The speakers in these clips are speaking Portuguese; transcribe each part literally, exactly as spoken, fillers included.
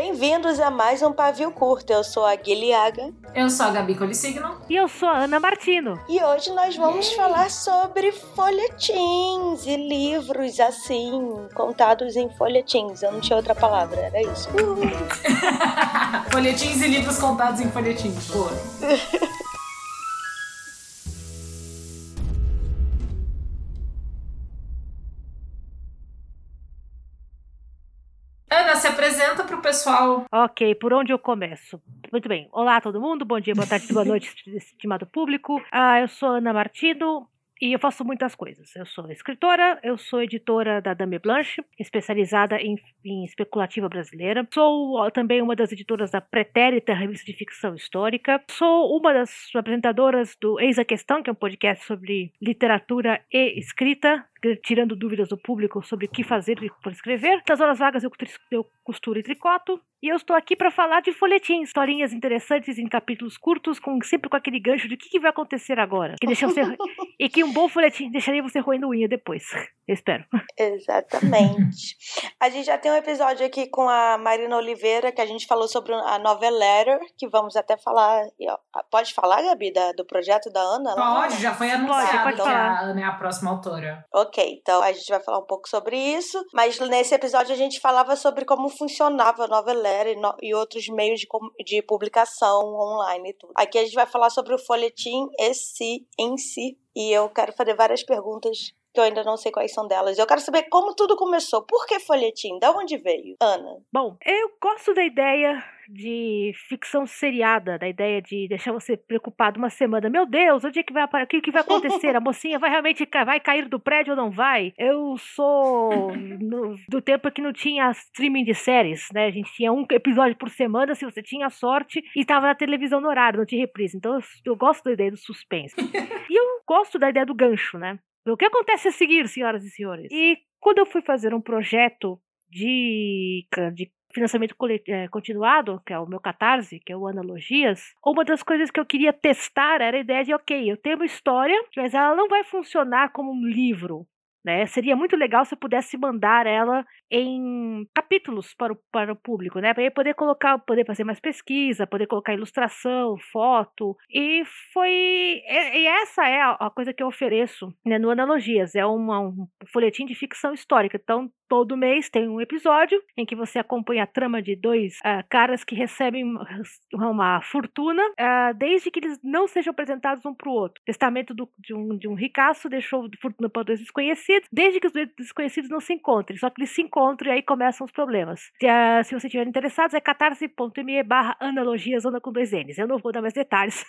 Bem-vindos a mais um Pavio Curto. Eu sou a Guilhaga. Eu sou a Gabi Colissigno. E eu sou a Ana Martino. E hoje nós vamos Yay. falar sobre folhetins e livros assim, contados em folhetins. Eu não tinha outra palavra, era isso. Folhetins e livros contados em folhetins. Boa. Ana, se apresenta pro pessoal. Ok, por onde eu começo? Muito bem. Olá, todo mundo. Bom dia, boa tarde, boa noite, estimado público. Ah, eu sou Ana Martino e eu faço muitas coisas. Eu sou escritora, eu sou editora da Dame Blanche, especializada em, em especulativa brasileira. Sou também uma das editoras da Pretérita, revista de ficção histórica. Sou uma das apresentadoras do Eis a Questão, que é um podcast sobre literatura e escrita, tirando dúvidas do público sobre o que fazer por escrever. Nas horas vagas eu, eu costuro e tricoto. E eu estou aqui para falar de folhetins, historinhas interessantes em capítulos curtos, com, sempre com aquele gancho de o que, que vai acontecer agora. Que deixa você, e que um bom folhetim deixaria você roendo unha depois. Eu espero. Exatamente. A gente já tem um episódio aqui com a Marina Oliveira, que a gente falou sobre a Noveletter, que vamos até falar... Pode falar, Gabi, da, do projeto da Ana? Pode, já foi anunciado pode, pode que falar. A Ana é a próxima autora. Ok, então a gente vai falar um pouco sobre isso, mas nesse episódio a gente falava sobre como funcionava a Noveletter e, no, e outros meios de, de publicação online e tudo. Aqui a gente vai falar sobre o folhetim esse, em si, e eu quero fazer várias perguntas que eu ainda não sei quais são delas. Eu quero saber como tudo começou. Por que folhetim? De onde veio? Ana? Bom, eu gosto da ideia de ficção seriada, da ideia de deixar você preocupado uma semana. Meu Deus, onde é que vai aparecer? O que vai acontecer? A mocinha vai realmente vai cair do prédio ou não vai? Eu sou no, do tempo que não tinha streaming de séries, né? A gente tinha um episódio por semana, se você tinha sorte, e estava na televisão no horário, não tinha reprise. Então eu, eu gosto da ideia do suspense. E eu gosto da ideia do gancho, né? O que acontece a seguir, senhoras e senhores? E quando eu fui fazer um projeto de, de financiamento continuado, que é o meu Catarse, que é o Analogias, uma das coisas que eu queria testar era a ideia de, ok, eu tenho uma história, mas ela não vai funcionar como um livro, né? Seria muito legal se eu pudesse mandar ela em capítulos para o, para o público, né? Para eu poder colocar, poder fazer mais pesquisa, poder colocar ilustração, foto. E foi. E essa é a coisa que eu ofereço, né, no Analogias. É uma, um folhetim de ficção histórica. Então, todo mês tem um episódio em que você acompanha a trama de dois uh, caras que recebem uma fortuna, uh, desde que eles não sejam apresentados um para o outro. O testamento do, de, um, de um ricaço deixou fortuna para dois desconhecidos, desde que os dois desconhecidos não se encontrem. Só que eles se encontram e aí começam os problemas. Uh, se você estiver interessado, é catarse.me barra analogias, onda com dois N's. Eu não vou dar mais detalhes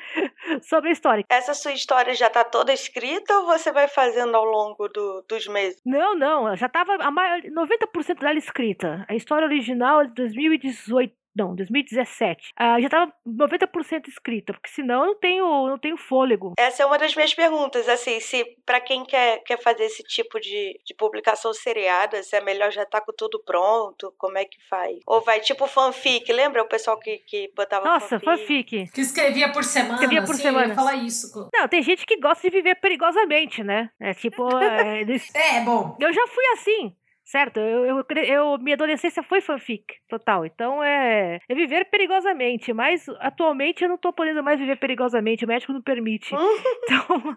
sobre a história. Essa sua história já está toda escrita ou você vai fazendo ao longo do, dos meses? Não, não. Já estava a maior, noventa por cento dela escrita. A história original é de dois mil e dezoito. Não, dois mil e dezessete. Ah, já estava noventa por cento escrita, porque senão eu não tenho, não tenho fôlego. Essa é uma das minhas perguntas, assim, se para quem quer, quer fazer esse tipo de, de publicação seriada, se é melhor já estar tá com tudo pronto, como é que faz? Ou vai tipo fanfic, lembra o pessoal que, que botava Nossa, fanfic? fanfic. Que escrevia por semana, escrevia por assim, semana. Eu ia falar isso. Não, tem gente que gosta de viver perigosamente, né? É tipo... é, eles... é, bom. Eu já fui assim. Certo, eu, eu, eu, minha adolescência foi fanfic, total, então é, é viver perigosamente, mas atualmente eu não tô podendo mais viver perigosamente, o médico não permite, então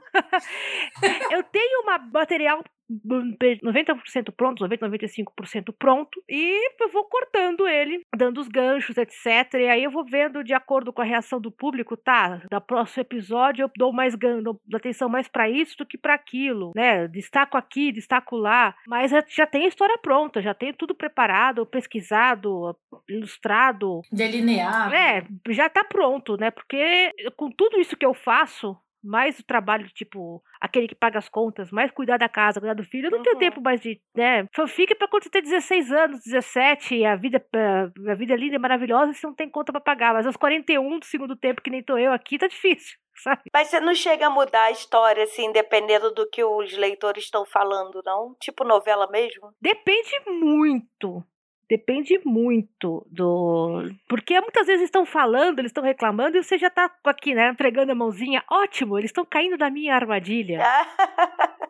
eu tenho um material noventa por cento pronto, noventa, noventa e cinco por cento pronto, e eu vou cortando ele, dando os ganchos, etcétera. E aí eu vou vendo de acordo com a reação do público, tá? Da próximo episódio eu dou mais ganho, dou atenção mais pra isso do que pra aquilo, né? Destaco aqui, destaco lá, mas já tem a história pronta, já tenho tudo preparado, pesquisado, ilustrado, delineado. É, já tá pronto, né? Porque com tudo isso que eu faço, mais o trabalho, tipo, aquele que paga as contas, mais cuidar da casa, cuidar do filho. Eu não uhum. tenho tempo mais de, né? Fanfic é pra quando você tem dezesseis anos, dezessete, e a vida, a vida é linda e maravilhosa e você não tem conta pra pagar. Mas aos quarenta e um do segundo tempo, que nem tô eu aqui, tá difícil, sabe? Mas você não chega a mudar a história, assim, dependendo do que os leitores estão falando, não? Tipo novela mesmo? Depende muito. Depende muito do... Porque muitas vezes estão falando, eles estão reclamando e você já tá aqui, né, pregando a mãozinha. Ótimo, eles estão caindo na minha armadilha.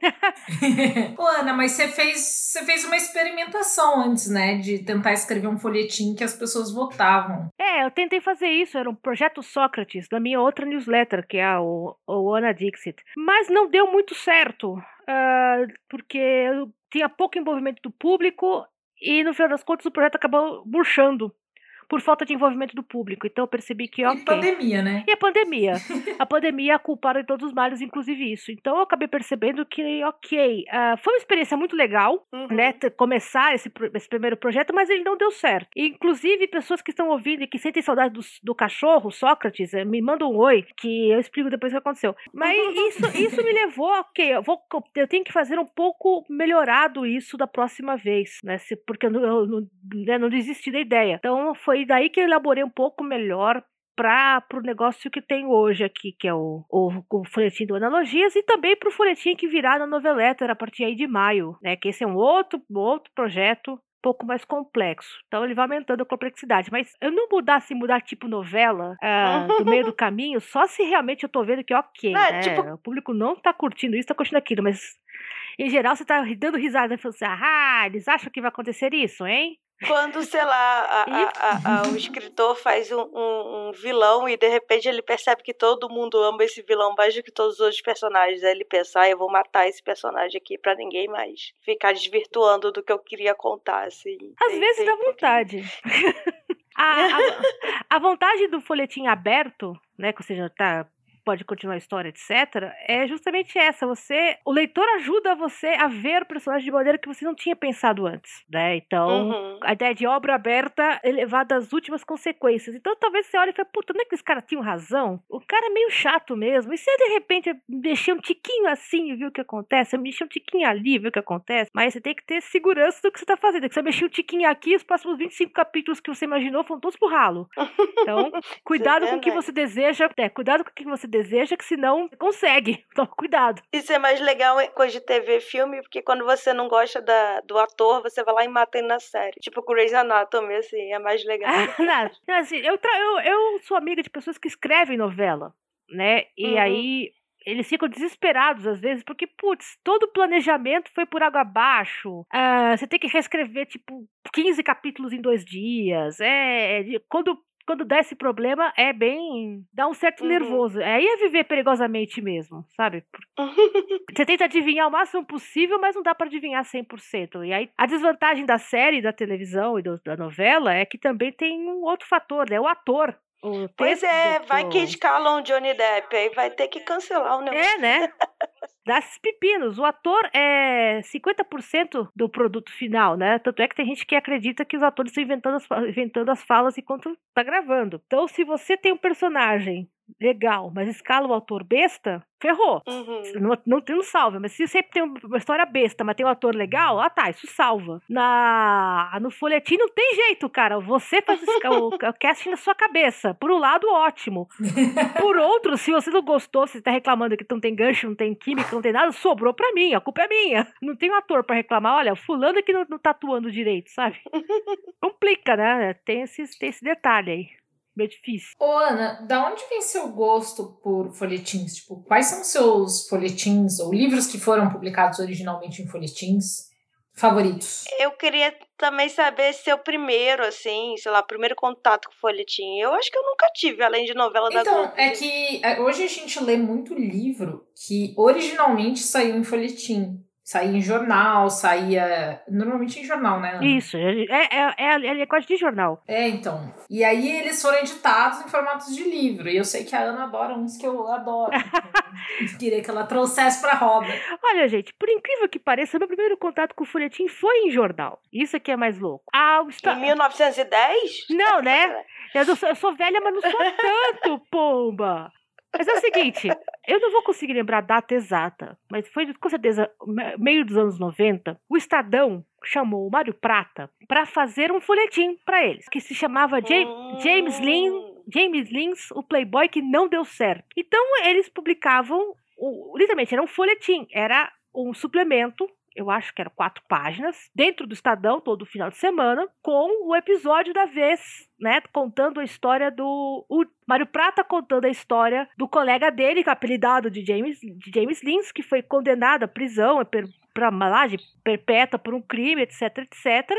Ô, Ana, mas você fez, você fez uma experimentação antes, né? De tentar escrever um folhetim que as pessoas votavam. É, eu tentei fazer isso, era um projeto Sócrates, da minha outra newsletter, que é a o, o Ana Dixit. Mas não deu muito certo, uh, porque eu tinha pouco envolvimento do público e, no final das contas, o projeto acabou murchando por falta de envolvimento do público. Então eu percebi que, ok. E pandemia, né? E a pandemia. A pandemia é a culpada de todos os males, inclusive isso. Então eu acabei percebendo que, ok, uh, foi uma experiência muito legal, Uhum. né, t- começar esse, pr- esse primeiro projeto, mas ele não deu certo. E, inclusive, pessoas que estão ouvindo e que sentem saudade do, do cachorro, Sócrates, eh, me mandam um oi, que eu explico depois o que aconteceu. Mas isso, isso me levou, ok, eu, vou, eu tenho que fazer um pouco melhorado isso da próxima vez, né, se, porque eu, não- eu não, né, não desisti da ideia. Então foi daí que eu elaborei um pouco melhor para o negócio que tem hoje aqui, que é o, o, o folhetim do Analogias, e também para o folhetim que virá na Noveletter a partir aí de maio, né? Que esse é um outro, outro projeto um pouco mais complexo. Então ele vai aumentando a complexidade. Mas eu não mudar assim, mudar tipo novela ah, do meio do caminho, só se realmente eu tô vendo que ok, É, né? tipo- O público não tá curtindo isso, tá curtindo aquilo, mas em geral você tá dando risada e falando assim, ah, eles acham que vai acontecer isso, hein? Quando, sei lá, a- a- a- a- o escritor faz um, um- um vilão e de repente ele percebe que todo mundo ama esse vilão mais do que todos os outros personagens. Aí ele pensa, ah, eu vou matar esse personagem aqui pra ninguém mais ficar desvirtuando do que eu queria contar, assim. Às Tem- vezes tem dá um pouquinho. vontade. a, a, a vantagem do folhetim aberto, né, que ou seja, tá, pode continuar a história, etcétera, é justamente essa. Você, o leitor ajuda você a ver o personagem de maneira que você não tinha pensado antes, né? Então, Uhum. a ideia de obra aberta elevada às últimas consequências. Então, talvez você olhe e fale, puta, não é que esse cara tinha razão? O cara é meio chato mesmo. E se eu, de repente, mexer um tiquinho assim e ver o que acontece, eu mexer um tiquinho ali e ver o que acontece, mas você tem que ter segurança do que você tá fazendo. Que você mexer um tiquinho aqui, os próximos vinte e cinco capítulos que você imaginou foram todos pro ralo. Então, cuidado com o que verdade. você deseja. É, cuidado com o que você deseja, que senão você consegue. Então, cuidado. Isso é mais legal em coisa de T V, filme, porque quando você não gosta da, do ator, você vai lá e mata ele na série. Tipo Grey's Anatomy, assim, é mais legal. Nada. Não, assim, eu, tra- eu, eu sou amiga de pessoas que escrevem novela, né? E Uhum. aí eles ficam desesperados às vezes, porque, putz, todo o planejamento foi por água abaixo. Ah, você tem que reescrever, tipo, quinze capítulos em dois dias. É, é de- quando, quando dá esse problema, é bem... dá um certo Uhum. nervoso. Aí é viver perigosamente mesmo, sabe? Você tenta adivinhar o máximo possível, mas não dá pra adivinhar cem por cento. E aí, a desvantagem da série, da televisão e do- da novela é que também tem um outro fator, né? O ator. O Pois texto é, do- vai que escalam o Johnny Depp, aí vai ter que cancelar o negócio. É, né? Dá esses pepinos. O ator é cinquenta por cento do produto final, né? Tanto é que tem gente que acredita que os atores estão inventando as, fa- inventando as falas enquanto tá gravando. Então, se você tem um personagem legal, mas escala o autor besta, ferrou. Uhum. Não, não, tem- não salva, mas se você tem uma história besta, mas tem um ator legal, ah tá, isso salva. Na, no folhetim não tem jeito, cara. Você faz o, o, o casting na sua cabeça. Por um lado, ótimo. Por outro, se você não gostou, se você tá reclamando que não tem gancho, não tem química, não tem nada, sobrou pra mim, a culpa é minha. Não tem um ator pra reclamar, olha, fulano é que não, não tá atuando direito, sabe? Complica, né? Tem esse, tem esse detalhe aí. Meio difícil. Ô, Ana, da onde vem seu gosto por folhetins? Tipo, quais são os seus folhetins ou livros que foram publicados originalmente em folhetins favoritos? Eu queria também saber se é o primeiro, assim, sei lá, primeiro contato com o folhetim. Eu acho que eu nunca tive, além de novela da Então, Globo. é que é, hoje a gente lê muito livro que originalmente saiu em folhetim. Saía em jornal, saía... Normalmente em jornal, né, Ana? Isso, é, é, é, é, é quase de jornal. É, então. E aí eles foram editados em formatos de livro. E eu sei que a Ana adora uns que eu adoro. Então, queria que ela trouxesse pra roda. Olha, gente, por incrível que pareça, meu primeiro contato com o folhetim foi em jornal. Isso aqui é mais louco. Ah, o esta- Em mil novecentos e dez? Não, né? Eu, não sou, eu sou velha, mas não sou tanto, pomba. Mas é o seguinte, eu não vou conseguir lembrar a data exata, mas foi com certeza me- meio dos anos noventa, o Estadão chamou o Mário Prata para fazer um folhetim para eles, que se chamava Ja- Hum. James Lin, James Lin's O Playboy que Não Deu Certo. Então eles publicavam, o, literalmente era um folhetim, era um suplemento eu acho que eram quatro páginas, dentro do Estadão, todo final de semana, com o episódio da vez, né, contando a história do... O Mário Prata contando a história do colega dele, que é apelidado de James, de James Lins, que foi condenado à prisão, para malagem perpétua por um crime, etc, etcétera.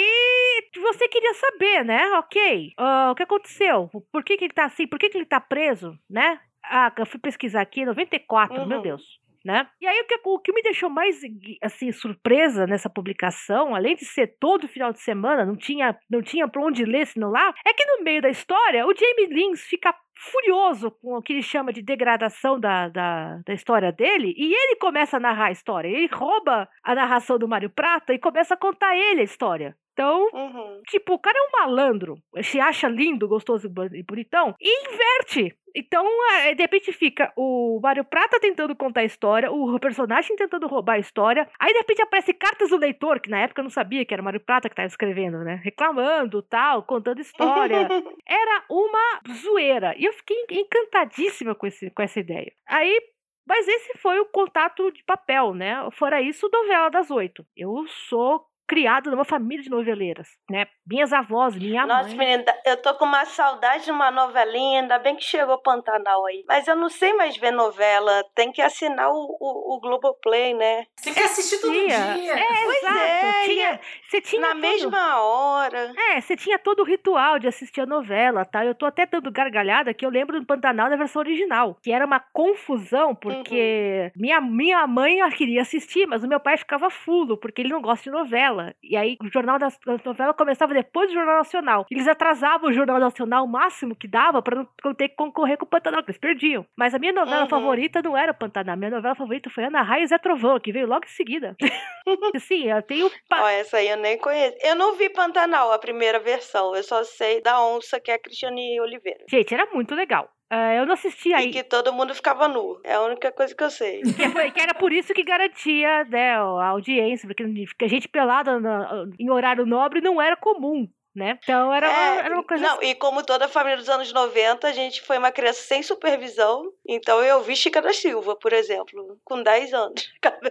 E você queria saber, né, ok, uh, o que aconteceu? Por que que ele tá assim? Por que que ele tá preso, né? Ah, eu fui pesquisar aqui, noventa e quatro, uhum. Meu Deus. Né? E aí o que, o que me deixou mais assim, surpresa nessa publicação, além de ser todo final de semana, não tinha, não tinha pra onde ler senão lá, é que no meio da história o James Lins fica furioso com o que ele chama de degradação da, da, da história dele, e ele começa a narrar a história, ele rouba a narração do Mário Prata e começa a contar ele a história. Então, uhum. tipo, o cara é um malandro, se acha lindo, gostoso e bonitão, e inverte. Então, de repente fica o Mário Prata tentando contar a história, o personagem tentando roubar a história, aí de repente aparece cartas do leitor, que na época eu não sabia que era o Mário Prata que estava escrevendo, né? Reclamando, tal, contando história. Era uma zoeira. E eu fiquei encantadíssima com, esse, com essa ideia. Aí, mas esse foi o contato de papel, né? Fora isso, novela das oito. Eu sou... criado numa família de noveleiras, né? Minhas avós, minha Nossa, mãe... Nossa, menina, eu tô com uma saudade de uma novelinha, ainda bem que chegou Pantanal aí. Mas eu não sei mais ver novela, tem que assinar o, o, o Globoplay, né? Você quer assistir todo tinha. dia. É, pois exato. é, tinha, você tinha na todo... mesma hora. É, você tinha todo o ritual de assistir a novela, tá? Eu tô até dando gargalhada que eu lembro do Pantanal da versão original, que era uma confusão, porque uhum. minha, minha mãe queria assistir, mas o meu pai ficava fulo, porque ele não gosta de novela. E aí o Jornal da Novela começava depois do Jornal Nacional. Eles atrasavam o Jornal Nacional o máximo que dava pra não, não ter que concorrer com o Pantanal, que eles perdiam. Mas a minha novela uhum. favorita não era o Pantanal. A minha novela favorita foi Ana Raia e Zé Trovão, que veio logo em seguida. Sim, eu tenho... Pa... Oh, essa aí eu nem conheço. Eu não vi Pantanal, a primeira versão. Eu só sei da onça, que é a Cristiane Oliveira. Gente, era muito legal. Uh, eu não assisti aí. E que todo mundo ficava nu. É a única coisa que eu sei. Que, foi, que era por isso que garantia, né, a audiência, porque a gente pelada na, em horário nobre não era comum. Né? Então era, é, uma, era uma coisa não, assim. E como toda a família dos anos noventa, a gente foi uma criança sem supervisão. Então eu vi Chica da Silva, por exemplo, com dez anos.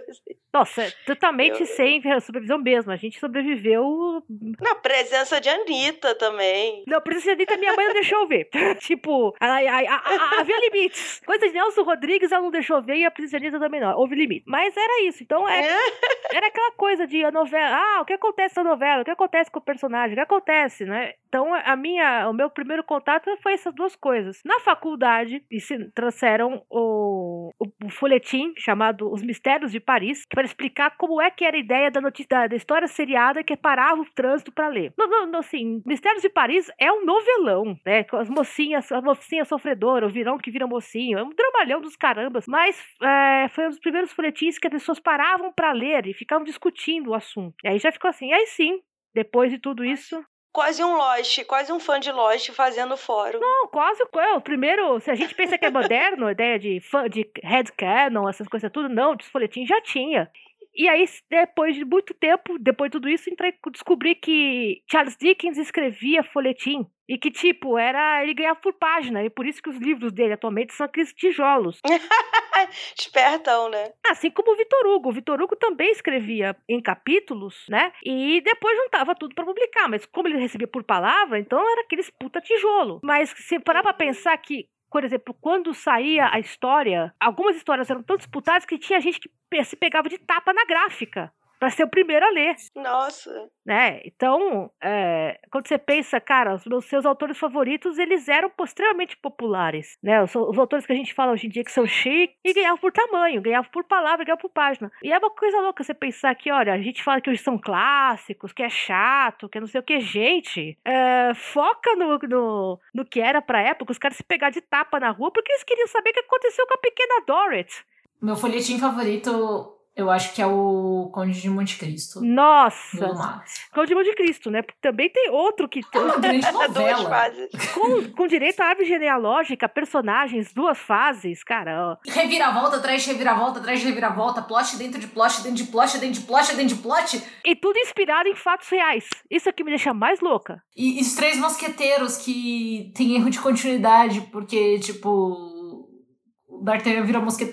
Nossa, totalmente eu... sem supervisão mesmo. A gente sobreviveu. Na presença de Anitta também. Não, a presença de Anitta minha mãe não deixou eu ver. Tipo, ela, a, a, a, havia limites. Coisa de Nelson Rodrigues ela não deixou ver e a presença de Anitta também não. Houve limite. Mas era isso. Então era, era aquela coisa de a novela. Ah, o que acontece na novela? O que acontece com o personagem? O que acontece? Né? Então, a minha, o meu primeiro contato foi essas duas coisas. Na faculdade, trouxeram o, o, o folhetim chamado Os Mistérios de Paris, para explicar como é que era a ideia da, notícia, da, da história seriada que parava o trânsito para ler. No, no, no, assim, Mistérios de Paris é um novelão, né? Com as mocinhas, a mocinha sofredora, o virão que vira mocinho, é um dramalhão dos carambas, mas é, foi um dos primeiros folhetins que as pessoas paravam para ler e ficavam discutindo o assunto. E aí já ficou assim, aí sim, depois de tudo isso... Quase um Lost, quase um fã de Lost fazendo fórum. Não, quase o primeiro, se a gente pensa que é moderno, a ideia de, fã, de headcanon, essas coisas tudo, não, dos folhetins já tinha. E aí, depois de muito tempo, depois de tudo isso, entrei, descobri que Charles Dickens escrevia folhetim. E que, tipo, era ele ganhava por página. E por isso que os livros dele atualmente são aqueles tijolos. Espertão, né? Assim como o Vitor Hugo. O Vitor Hugo também escrevia em capítulos, né? E depois juntava tudo pra publicar. Mas como ele recebia por palavra, então era aqueles puta tijolo. Mas se parar pra pensar que, por exemplo, quando saía a história, algumas histórias eram tão disputadas que tinha gente que se pegava de tapa na gráfica para ser o primeiro a ler. Nossa. Né? Então, é, quando você pensa, cara, os meus seus autores favoritos, eles eram extremamente populares. Né? Os, os autores que a gente fala hoje em dia que são chiques e ganhavam por tamanho, ganhavam por palavra, ganhavam por página. E é uma coisa louca você pensar que, olha, a gente fala que hoje são clássicos, que é chato, que é não sei o que. Gente, é, foca no, no, no que era pra época, os caras se pegar de tapa na rua, porque eles queriam saber o que aconteceu com a pequena Dorothy. Meu folhetim favorito... Eu acho que é o Conde de Monte Cristo. Nossa! Conde de Monte Cristo, né? Porque também tem outro que... É uma grande novela. Duas fases. Com, com direito à árvore genealógica, personagens, duas fases, cara. Ó. Reviravolta atrás de reviravolta, atrás de reviravolta, plot dentro de plot, dentro de plot, dentro de plot, dentro de plot. E tudo inspirado em fatos reais. Isso é que me deixa mais louca. E, e os três mosqueteiros que tem erro de continuidade, porque, tipo... O D'Artagnan vira mosqueteiro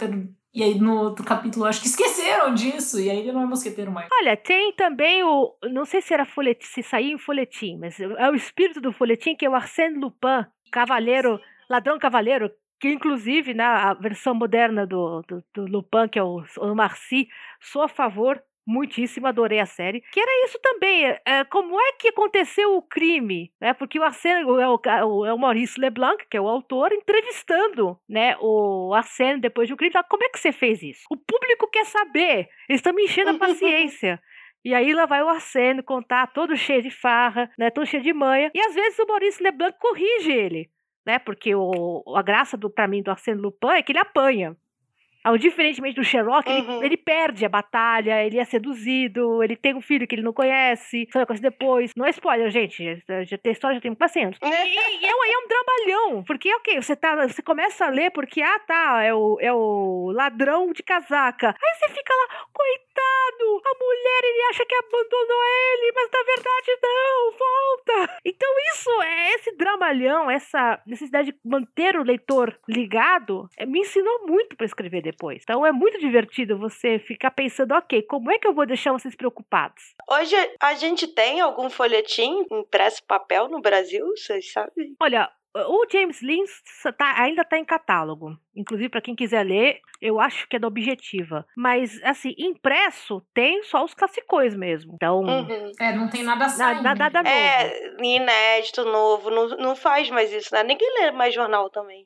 E aí no outro capítulo acho que esqueceram disso, e aí ele não é mosqueteiro mais. Olha, tem também o, não sei se era folhetim, se saía em folhetim, mas é o espírito do folhetim, que é o Arsène Lupin, cavaleiro, ladrão cavaleiro, que inclusive na versão moderna do, do, do Lupin, que é o, o Marcy, sou a favor, muitíssimo, adorei a série, que era isso também, é, como é que aconteceu o crime, né, porque o Arsène, é o, é o Maurice Leblanc, que é o autor, entrevistando, né, o Arsène depois de um crime, como é que você fez isso? O público quer saber, eles estão me enchendo a paciência. E aí lá vai o Arsène contar, todo cheio de farra, né, todo cheio de manha, e às vezes o Maurice Leblanc corrige ele, né, porque o, a graça do, pra mim do Arsène Lupin é que ele apanha. Ao, diferentemente do Sherlock, Uhum. ele, ele perde a batalha, ele é seduzido, ele tem um filho que ele não conhece, só conhece depois. Não é spoiler, gente. Já tem história, já tem paciência. E, e, e é, um, é um dramalhão, porque, ok, você, tá, você começa a ler porque, ah, tá, é o, é o ladrão de casaca. Aí você fica lá, coitado, a mulher, ele acha que abandonou ele, mas na verdade não, volta. Então isso, é esse dramalhão, essa necessidade de manter o leitor ligado, é, me ensinou muito pra escrever depois. Então é muito divertido você ficar pensando, ok, como é que eu vou deixar vocês preocupados? Hoje a gente tem algum folhetim impresso papel no Brasil, vocês sabem? Olha, o James Lynn tá, ainda está em catálogo. Inclusive, para quem quiser ler, eu acho que é da Objetiva. Mas, assim, impresso tem só os classicões mesmo. Então, Uhum. É, não tem nada saindo. nada, nada novo. É, inédito, novo, não, não faz mais isso, né? Ninguém lê mais jornal também.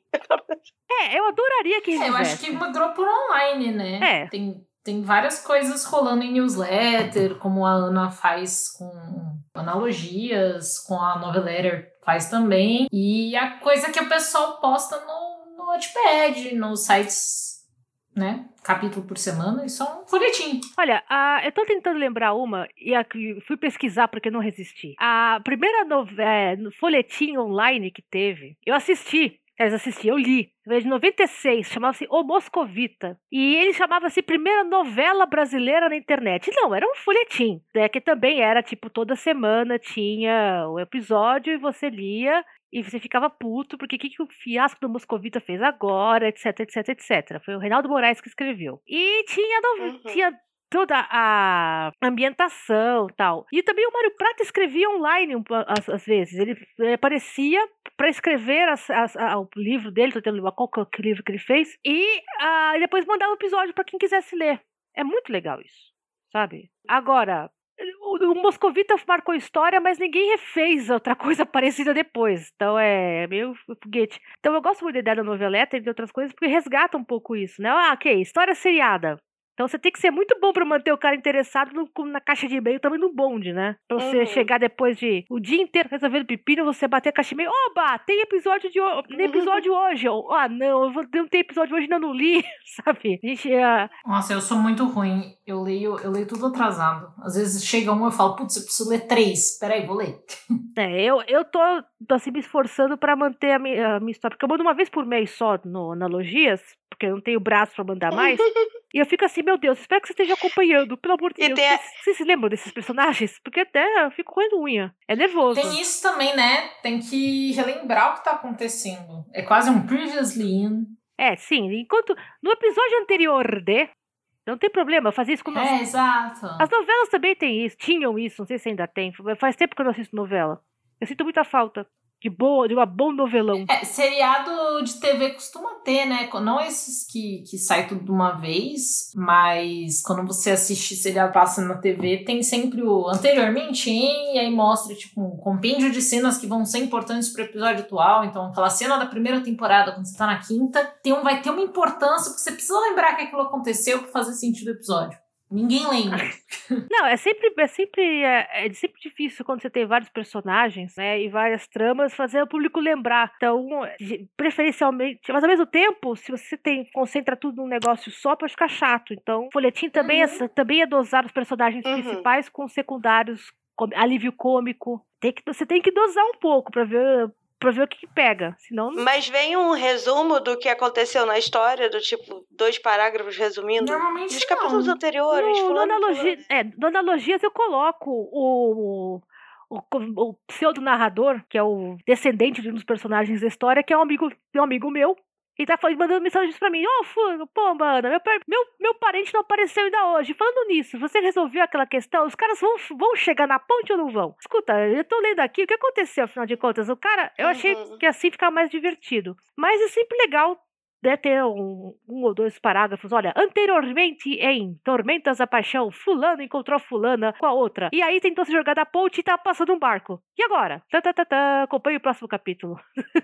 É, eu adoraria que É, eu acho que mudou por online, né? É. Tem, tem várias coisas rolando em newsletter, como a Ana faz com analogias, com a Noveletter faz também. E a coisa que o pessoal posta no, no Wattpad, nos sites, né? Capítulo por semana, e só um folhetim. Olha, a, eu tô tentando lembrar uma, e a, fui pesquisar porque não resisti. A primeira novela, folhetim online que teve, eu assisti. Eles assistiam, eu li. Veio de noventa e seis, chamava-se O Moscovita. E ele chamava-se Primeira Novela Brasileira na Internet. Não, era um folhetim, né, que também era, tipo, toda semana tinha o episódio e você lia e você ficava puto, porque o que, que o fiasco do Moscovita fez agora, etc, etc, etcétera. Foi o Reinaldo Moraes que escreveu. E tinha, no... Uhum. tinha toda a ambientação e tal. E também o Mário Prata escrevia online às, às vezes. Ele, ele aparecia para escrever as, as, a, o livro dele, tô tendo qual que é o livro que ele fez, e uh, depois mandava o episódio para quem quisesse ler. É muito legal isso, sabe? Agora, o, o Moscovita marcou história, mas ninguém refez outra coisa parecida depois. Então é meio foguete. Então eu gosto muito da ideia da noveleta e de outras coisas, porque resgata um pouco isso, né? Ah, ok, história seriada. Então você tem que ser muito bom pra manter o cara interessado no, na caixa de e-mail, também no bonde, né? Pra você Uhum. chegar depois de o dia inteiro resolvendo pepino, você bater a caixa de e-mail. Oba, tem episódio de hoje, tem episódio hoje. Ou, ah, não, eu vou, não tem episódio hoje, ainda não li, sabe? A gente, uh... Nossa, eu sou muito ruim. Eu leio, eu leio tudo atrasado. Às vezes chega um e eu falo, putz, eu preciso ler três. Peraí, vou ler. É, eu, eu tô, tô assim, me esforçando pra manter a minha, a minha história. Porque eu mando uma vez por mês só no Analogias, porque eu não tenho braço pra mandar mais. E eu fico assim, meu Deus, espero que você esteja acompanhando, pelo amor de E Deus. tem a- Vocês, vocês se lembram desses personagens? Porque até eu fico roendo unha. É nervoso. Tem isso também, né? Tem que relembrar o que tá acontecendo. É quase um previously in. É, sim. Enquanto no episódio anterior de... Não tem problema, eu fazia isso com... É, As... exato. As novelas também tem isso, tinham isso, não sei se ainda tem. Faz tempo que eu não assisto novela. Eu sinto muita falta de, boa, de uma bom novelão. É, seriado de T V costuma ter, né? Não esses que, que sai tudo de uma vez, mas quando você assiste seriado passa na T V, tem sempre o anteriormente em, e aí mostra tipo um compêndio de cenas que vão ser importantes pro episódio atual. Então, aquela cena da primeira temporada, quando você tá na quinta, tem um, vai ter uma importância, porque você precisa lembrar que aquilo aconteceu pra fazer sentido o episódio. Ninguém lembra. Não, é sempre, é sempre é, é sempre difícil quando você tem vários personagens, né, e várias tramas, fazer o público lembrar. Então, preferencialmente, mas ao mesmo tempo, se você tem concentra tudo num negócio só, pode ficar chato. Então, o folhetim também, Uhum. é, também é dosar os personagens Uhum. principais com secundários, com alívio cômico. Tem que, você tem que dosar um pouco pra ver... pra ver o que, que pega, senão... Mas vem um resumo do que aconteceu na história, do tipo, dois parágrafos resumindo Normalmente dos capítulos não. anteriores. No, no, fulano, analogia, fulano. é, no Analogias eu coloco o, o, o, o pseudo-narrador, que é o descendente de um dos personagens da história, que é um amigo, um amigo meu, E tá mandando mensagens pra mim. Ô, oh, pô, mano, meu, meu, meu parente não apareceu ainda hoje. Falando nisso, você resolveu aquela questão? Os caras vão, vão chegar na ponte ou não vão? Escuta, eu tô lendo aqui, o que aconteceu, afinal de contas? O cara, eu achei Uhum. que assim fica mais divertido. Mas é sempre legal, né, ter um, um ou dois parágrafos. Olha, anteriormente em Tormentas da Paixão, fulano encontrou fulana com a outra. E aí tentou se jogar da ponte e tá passando um barco. E agora? Tá, tá, tá, tá. Acompanhe o próximo capítulo.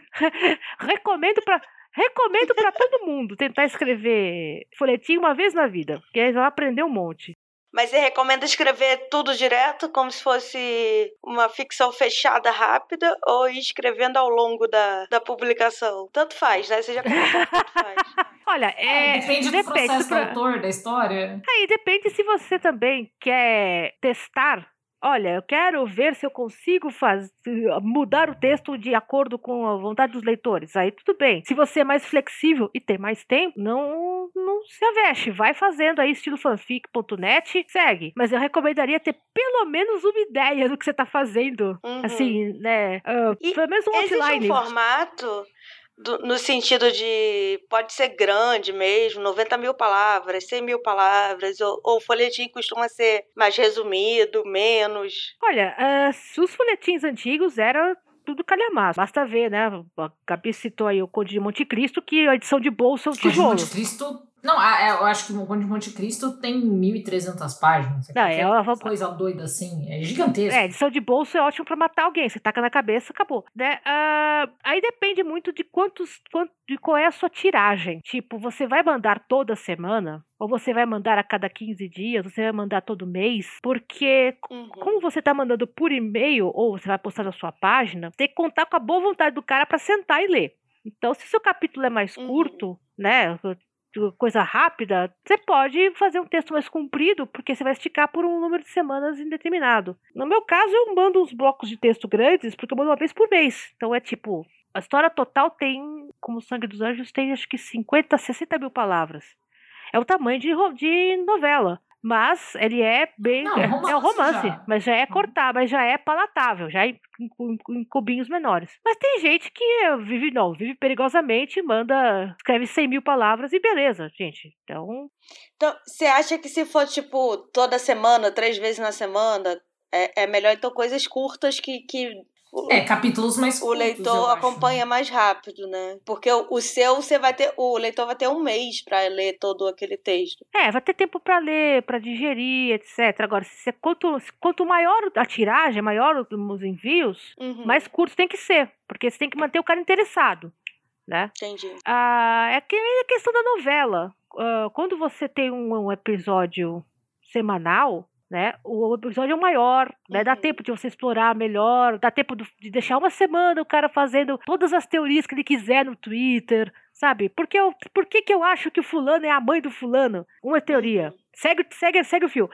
Recomendo pra... Recomendo pra todo mundo tentar escrever folhetim uma vez na vida, porque aí vai aprender um monte. Mas você recomenda escrever tudo direto, como se fosse uma ficção fechada rápida, ou ir escrevendo ao longo da, da publicação? Tanto faz, né? Você já comentou, tanto faz. Olha, é, é, depende do depende processo do do autor, da história. Aí depende se você também quer testar. Olha, eu quero ver se eu consigo faz... mudar o texto de acordo com a vontade dos leitores. Aí tudo bem. Se você é mais flexível e tem mais tempo, não, não se aveste. Vai fazendo aí estilo fanfic ponto net, segue. Mas eu recomendaria ter pelo menos uma ideia do que você tá fazendo. Uhum. Assim, né? Uh, E pelo menos um existe outline. um formato... Do, no sentido de, pode ser grande mesmo, noventa mil palavras, cem mil palavras, ou, ou o folhetim costuma ser mais resumido, menos? Olha, uh, os folhetins antigos eram tudo calhamaço. Basta ver, né? A Gabi citou aí o Conde de Monte Cristo, que a edição de bolsa é um tijolo. Conde de Monte Cristo... Não, eu acho que o Conde de Monte Cristo tem mil e trezentas páginas. Não, é uma coisa doida assim, é gigantesco. É, edição de bolso é ótimo pra matar alguém. Você taca na cabeça, acabou. Né? Uh, aí depende muito de quantos, quanto, de qual é a sua tiragem. Tipo, você vai mandar toda semana? Ou você vai mandar a cada quinze dias? Você vai mandar todo mês? Porque, uhum. como você tá mandando por e-mail, ou você vai postar na sua página, tem que contar com a boa vontade do cara pra sentar e ler. Então, se o seu capítulo é mais uhum. curto, né? Coisa rápida, você pode fazer um texto mais comprido, porque você vai esticar por um número de semanas indeterminado. No meu caso, eu mando uns blocos de texto grandes, porque eu mando uma vez por mês. Então é tipo, a história total tem, como o Sangue dos Anjos, tem acho que cinquenta, sessenta mil palavras. É o tamanho de, de novela. Mas ele é bem... Não, é, romance é um romance, já. mas já é cortado, mas já é palatável, já é em, em, em cubinhos menores. Mas tem gente que vive, não, vive perigosamente, manda, escreve cem mil palavras e beleza, gente. Então... Então, você acha que se for, tipo, toda semana, três vezes na semana, é, é melhor, então, coisas curtas que... que... É, capítulos mais curtos, o leitor acompanha acho, né? mais rápido, né? Porque o, o seu, você vai ter, o leitor vai ter um mês para ler todo aquele texto. É, vai ter tempo para ler, para digerir, etcétera. Agora, se você, quanto, quanto maior a tiragem, maior os envios, uhum. mais curto tem que ser, porque você tem que manter o cara interessado, né? Entendi. Ah, é que é a questão da novela. Uh, quando você tem um, um episódio semanal, né, o episódio é maior, né, uhum. dá tempo de você explorar melhor, dá tempo de deixar uma semana o cara fazendo todas as teorias que ele quiser no Twitter, sabe? Porque eu, por que que eu acho que o fulano é a mãe do fulano? Uma teoria. Uhum. Segue, segue, segue o fio.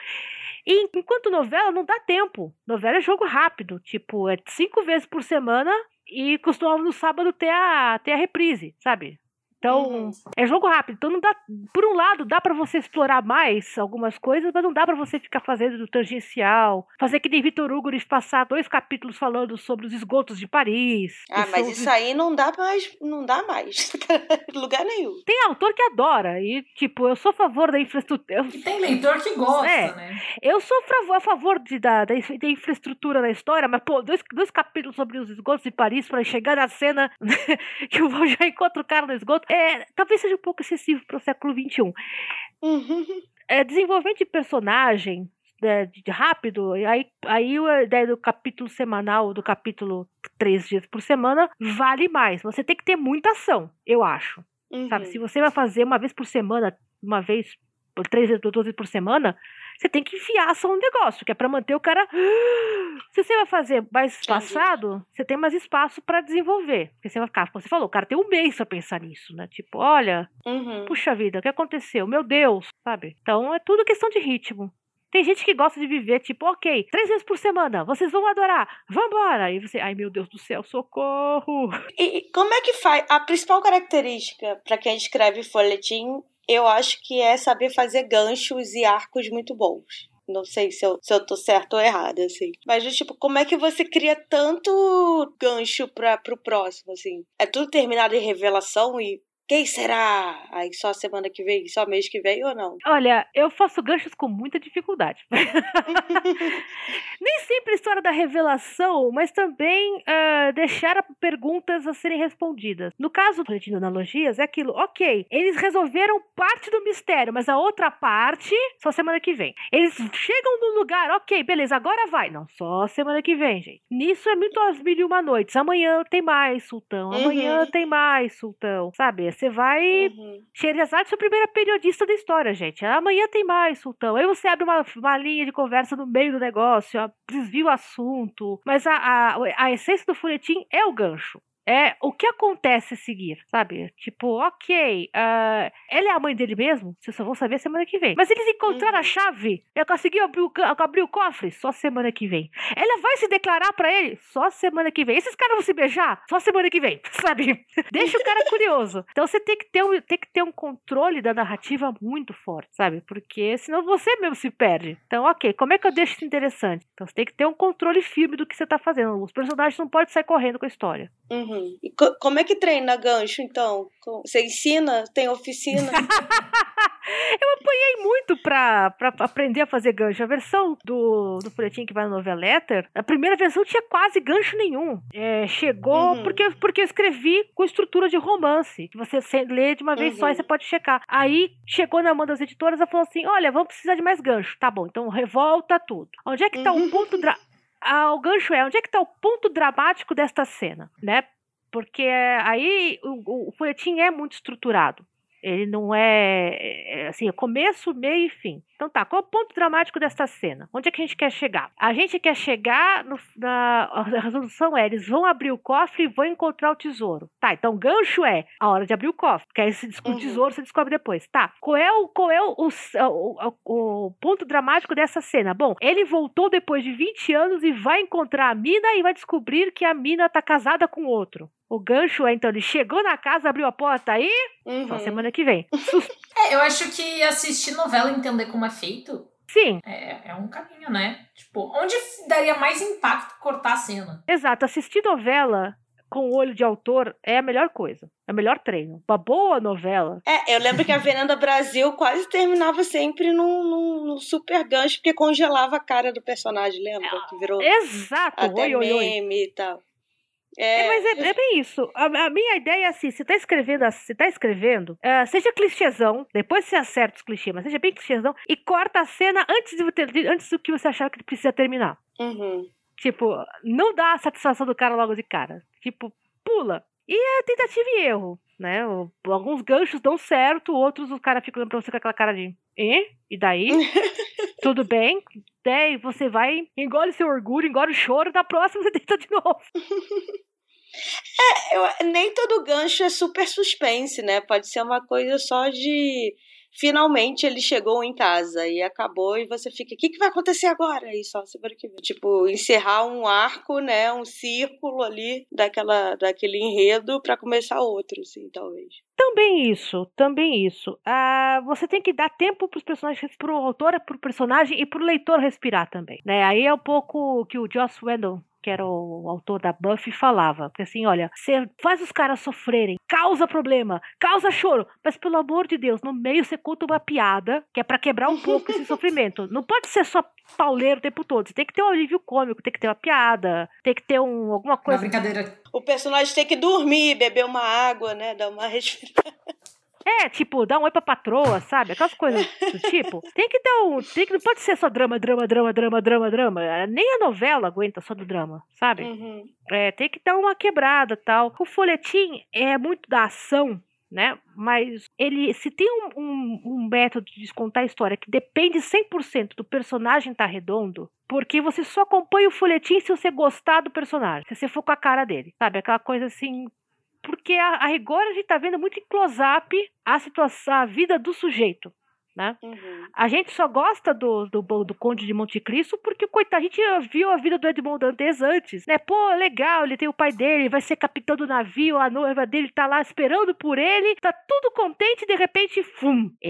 E enquanto novela não dá tempo. Novela é jogo rápido, tipo, é cinco vezes por semana e costuma no sábado ter a, ter a reprise, sabe? Então, uhum. é jogo rápido. Então, não dá. Por um lado, dá pra você explorar mais algumas coisas, mas não dá pra você ficar fazendo do tangencial. Fazer que nem Victor Hugo de passar dois capítulos falando sobre os esgotos de Paris. Ah, mas são... isso aí não dá mais. Não dá mais. Lugar nenhum. Tem autor que adora. E, tipo, eu sou a favor da infraestrutura. E tem leitor que gosta, é, né? Eu sou a favor de, da, da, da infraestrutura na história, mas, pô, dois, dois capítulos sobre os esgotos de Paris pra chegar na cena que o Val já encontra o cara no esgoto. É, talvez seja um pouco excessivo para o século vinte e um. Uhum. É, desenvolvimento de personagem é, de, de rápido, aí, aí a ideia do capítulo semanal, do capítulo três dias por semana, vale mais. Você tem que ter muita ação, eu acho. Uhum. Sabe? Se você vai fazer uma vez por semana, uma vez por três vezes, duas vezes por semana, você tem que enfiar ação no negócio, que é pra manter o cara... Se você vai fazer mais espaçado, você tem mais espaço pra desenvolver. Porque você vai ficar, como você falou, o cara tem um mês pra pensar nisso, né? Tipo, olha, uhum. puxa vida, o que aconteceu? Meu Deus, sabe? Então é tudo questão de ritmo. Tem gente que gosta de viver, tipo, ok, três vezes por semana, vocês vão adorar, vambora! E você, ai meu Deus do céu, socorro! E como é que faz? A principal característica pra quem escreve folhetim, eu acho que é saber fazer ganchos e arcos muito bons. Não sei se eu, se eu tô certo ou errado, assim. Mas, tipo, como é que você cria tanto gancho pra, pro próximo, assim? É tudo terminado em revelação e quem será? Aí só semana que vem, só mês que vem ou não? Olha, eu faço ganchos com muita dificuldade. Nem sempre a história da revelação, mas também uh, deixar perguntas a serem respondidas. No caso do Folhetim de Analogias, é aquilo, ok, eles resolveram parte do mistério, mas a outra parte, só semana que vem. Eles chegam no lugar, ok, beleza, agora vai. Não, só semana que vem, gente. Nisso é muito às mil e uma noites. Amanhã tem mais, sultão. Amanhã uhum. tem mais, sultão. Sabe, você vai... Uhum. Sherazade é a primeira periodista da história, gente. Amanhã tem mais, sultão. Aí você abre uma, uma linha de conversa no meio do negócio, ó, desvia o assunto. Mas a, a, a essência do folhetim é o gancho. É o que acontece a seguir, sabe? Tipo, ok, uh, ela é a mãe dele mesmo? Vocês só vão saber semana que vem. Mas eles encontraram uhum. a chave? Ela conseguiu abrir o, abrir o cofre? Só semana que vem. Ela vai se declarar pra ele? Só semana que vem. Esses caras vão se beijar? Só semana que vem, sabe? Deixa o cara curioso. Então você tem que, ter um, tem que ter um controle da narrativa muito forte, sabe? Porque senão você mesmo se perde. Então, ok, como é que eu deixo isso interessante? Então você tem que ter um controle firme do que você tá fazendo. Os personagens não podem sair correndo com a história. Uhum. E co- como é que treina gancho, então? Você ensina? Tem oficina? Eu apanhei muito pra, pra aprender a fazer gancho. A versão do, do folhetim que vai no Noveletter, a primeira versão tinha quase gancho nenhum. É, chegou uhum. porque, porque eu escrevi com estrutura de romance. Que você lê de uma vez uhum. só e você pode checar. Aí chegou na mão das editoras e falou assim: olha, vamos precisar de mais gancho. Tá bom, então revolta tudo. Onde é que tá uhum. o ponto... Dra- ah, o gancho é, onde é que tá o ponto dramático desta cena, né? Porque aí o, o folhetim é muito estruturado. Ele não é, é assim, é começo, meio e fim. Então tá, qual é o ponto dramático desta cena? Onde é que a gente quer chegar? A gente quer chegar no, na a resolução é, eles vão abrir o cofre e vão encontrar o tesouro. Tá, então o gancho é a hora de abrir o cofre, porque aí se descobre uhum. o tesouro, você descobre depois. Tá, qual é, o, qual é o, o, o, o ponto dramático dessa cena? Bom, ele voltou depois de vinte anos e vai encontrar a mina e vai descobrir que a mina tá casada com outro. O gancho é, então, ele chegou na casa, abriu a porta aí, uhum. só semana que vem. É, eu acho que assistir novela e entender como é feito... Sim. É, é um caminho, né? Tipo, onde daria mais impacto cortar a cena? Exato, assistir novela com o olho de autor é a melhor coisa. É o melhor treino. Uma boa novela. É, eu lembro que a Avenida Brasil quase terminava sempre num, num, num super gancho, porque congelava a cara do personagem, lembra? Que virou Exato. até oi, oi, meme oi. e tal. É, é, mas é, é bem isso. A, a minha ideia é assim: você tá escrevendo, você tá escrevendo, uh, seja clichêzão, depois você acerta os clichês, mas seja bem clichêzão e corta a cena antes, de, antes do que você achar que precisa terminar. Uhum. Tipo, não dá a satisfação do cara logo de cara. Tipo, pula. E é tentativa e erro, né? O, alguns ganchos dão certo, outros o cara fica olhando pra você com aquela cara de e? E daí? Tudo bem? Daí você vai, engole seu orgulho, engole o choro, na próxima você tenta de novo. É, eu, nem todo gancho é super suspense, né? Pode ser uma coisa só de... Finalmente ele chegou em casa e acabou e você fica, o que, que vai acontecer agora? E só semana que vem. Tipo, encerrar um arco, né? Um círculo ali daquela, daquele enredo pra começar outro, assim, talvez. Também isso, também isso. Ah, você tem que dar tempo pros personagens, pro autor, pro personagem e pro leitor respirar também, né? Aí é um pouco que o Joss Whedon, que era o autor da Buffy, falava. Porque assim, olha, você faz os caras sofrerem, causa problema, causa choro, mas pelo amor de Deus, no meio você conta uma piada que é pra quebrar um pouco esse sofrimento. Não pode ser só pauleiro o tempo todo. Você tem que ter um alívio cômico, tem que ter uma piada, tem que ter um, alguma coisa... Uma brincadeira. O personagem tem que dormir, beber uma água, né? Dar uma respirada. É, tipo, dar um oi pra patroa, sabe? Aquelas coisas do tipo. Tem que dar um... Tem que, não pode ser só drama, drama, drama, drama, drama, drama. Nem a novela aguenta só do drama, sabe? Uhum. É, tem que dar uma quebrada e tal. O folhetim é muito da ação, né? Mas ele, se tem um, um, um método de contar a história que depende cem por cento do personagem estar redondo, porque você só acompanha o folhetim se você gostar do personagem, se você for com a cara dele, sabe? Aquela coisa assim... Porque a, a rigor a gente tá vendo muito em close-up a situação, a vida do sujeito, né? Uhum. A gente só gosta do, do, do Conde de Monte Cristo porque, coitado, a gente viu a vida do Edmond Dantes antes, né? Pô, legal, ele tem o pai dele, vai ser capitão do navio, a noiva dele tá lá esperando por ele, tá tudo contente e de repente, fum, ele é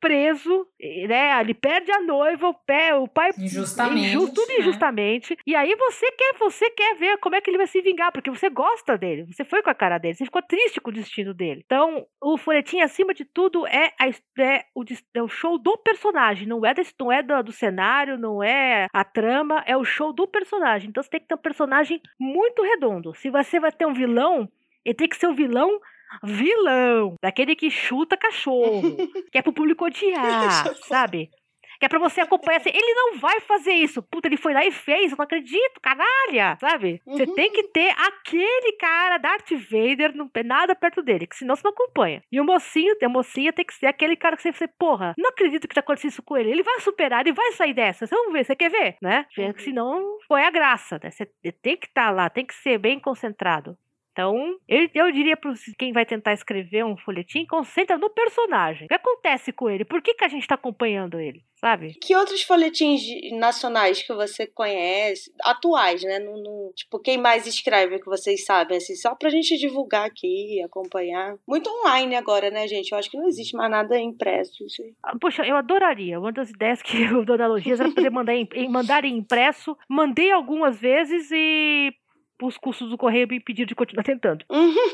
preso, né? Ele perde a noiva, o, pé, o pai... Injustamente. Injusto, tudo né? injustamente. E aí você quer, você quer ver como é que ele vai se vingar, porque você gosta dele. Você foi com a cara dele, você ficou triste com o destino dele. Então, o folhetim, acima de tudo, é, a, é, o, é o show do personagem. Não é, desse, não é do, do cenário, não é a trama, é o show do personagem. Então você tem que ter um personagem muito redondo. Se você vai ter um vilão, ele tem que ser um vilão vilão, daquele que chuta cachorro, que é pro público odiar, sabe? Que é pra você acompanhar assim, ele não vai fazer isso. Puta, ele foi lá e fez, eu não acredito, canalha, sabe? Você tem que ter aquele cara, Darth Vader, não tem nada perto dele, que senão você não acompanha. E o mocinho, a mocinha tem que ser aquele cara que você, você porra, não acredito que tá acontecendo isso com ele. Ele vai superar, ele vai sair dessa. Você vamos ver, você quer ver, né? Uhum. Senão foi a graça, né? Você tem que estar tá lá, tem que ser bem concentrado. Então, eu, eu diria para quem vai tentar escrever um folhetim, concentra no personagem. O que acontece com ele? Por que, que a gente está acompanhando ele? Sabe? Que outros folhetins nacionais que você conhece, atuais, né? No, no, tipo, quem mais escreve que vocês sabem, assim, só pra gente divulgar aqui, acompanhar. Muito online agora, né, gente? Eu acho que não existe mais nada impresso. Assim. Poxa, eu adoraria. Uma das ideias que eu dou da Logias era poder mandar em, mandar em impresso. Mandei algumas vezes e os custos do correio me impediram de continuar tentando.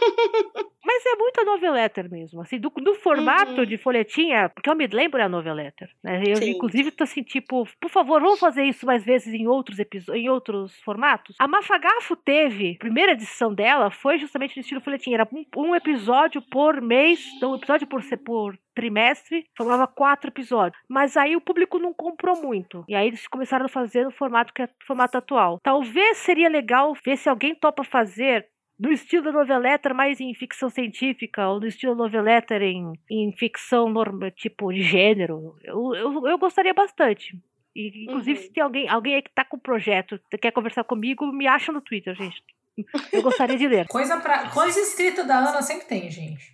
Mas é muito a noveletter mesmo, assim, do, do formato uhum. de folhetinha, que eu me lembro é a noveletter, né? Eu, Sim. inclusive, tô assim, tipo, por favor, vamos fazer isso mais vezes em outros episódios, em outros formatos. A Mafagafo teve, a primeira edição dela foi justamente no estilo folhetinha, era um, um episódio por mês, então um episódio por, por trimestre, formava quatro episódios. Mas aí o público não comprou muito. E aí eles começaram a fazer no formato que é o formato atual. Talvez seria legal ver se alguém topa fazer no estilo da noveletter, mais em ficção científica, ou no estilo noveletter em, em ficção norma, tipo de gênero. Eu, eu, eu gostaria bastante. E, inclusive, uhum. se tem alguém, alguém aí que tá com o projeto, quer conversar comigo, me acha no Twitter, gente. Eu gostaria de ler. Coisa, pra, coisa escrita da Ana sempre tem, gente.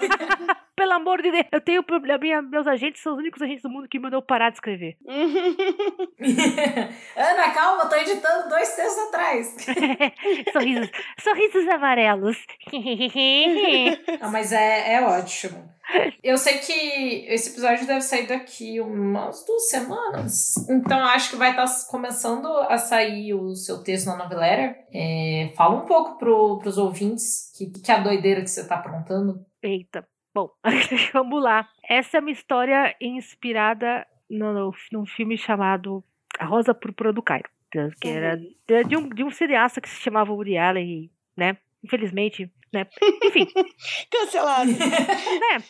Pelo amor de Deus, eu tenho problema. Meus agentes são os únicos agentes do mundo que me mandam parar de escrever. Ana, calma, tô editando dois textos atrás. sorrisos, sorrisos amarelos. Não, mas é, é ótimo. Eu sei que esse episódio deve sair daqui umas duas semanas. Então acho que vai estar começando a sair o seu texto na noveletter. É, fala um pouco pro, pros ouvintes que, que é a doideira que você tá aprontando. Eita, bom, vamos lá. Essa é uma história inspirada no, no, num filme chamado A Rosa Púrpura do Cairo, que era de um, de um cineasta que se chamava Woody Allen, né? Infelizmente, né? Enfim. Cancelado. Né?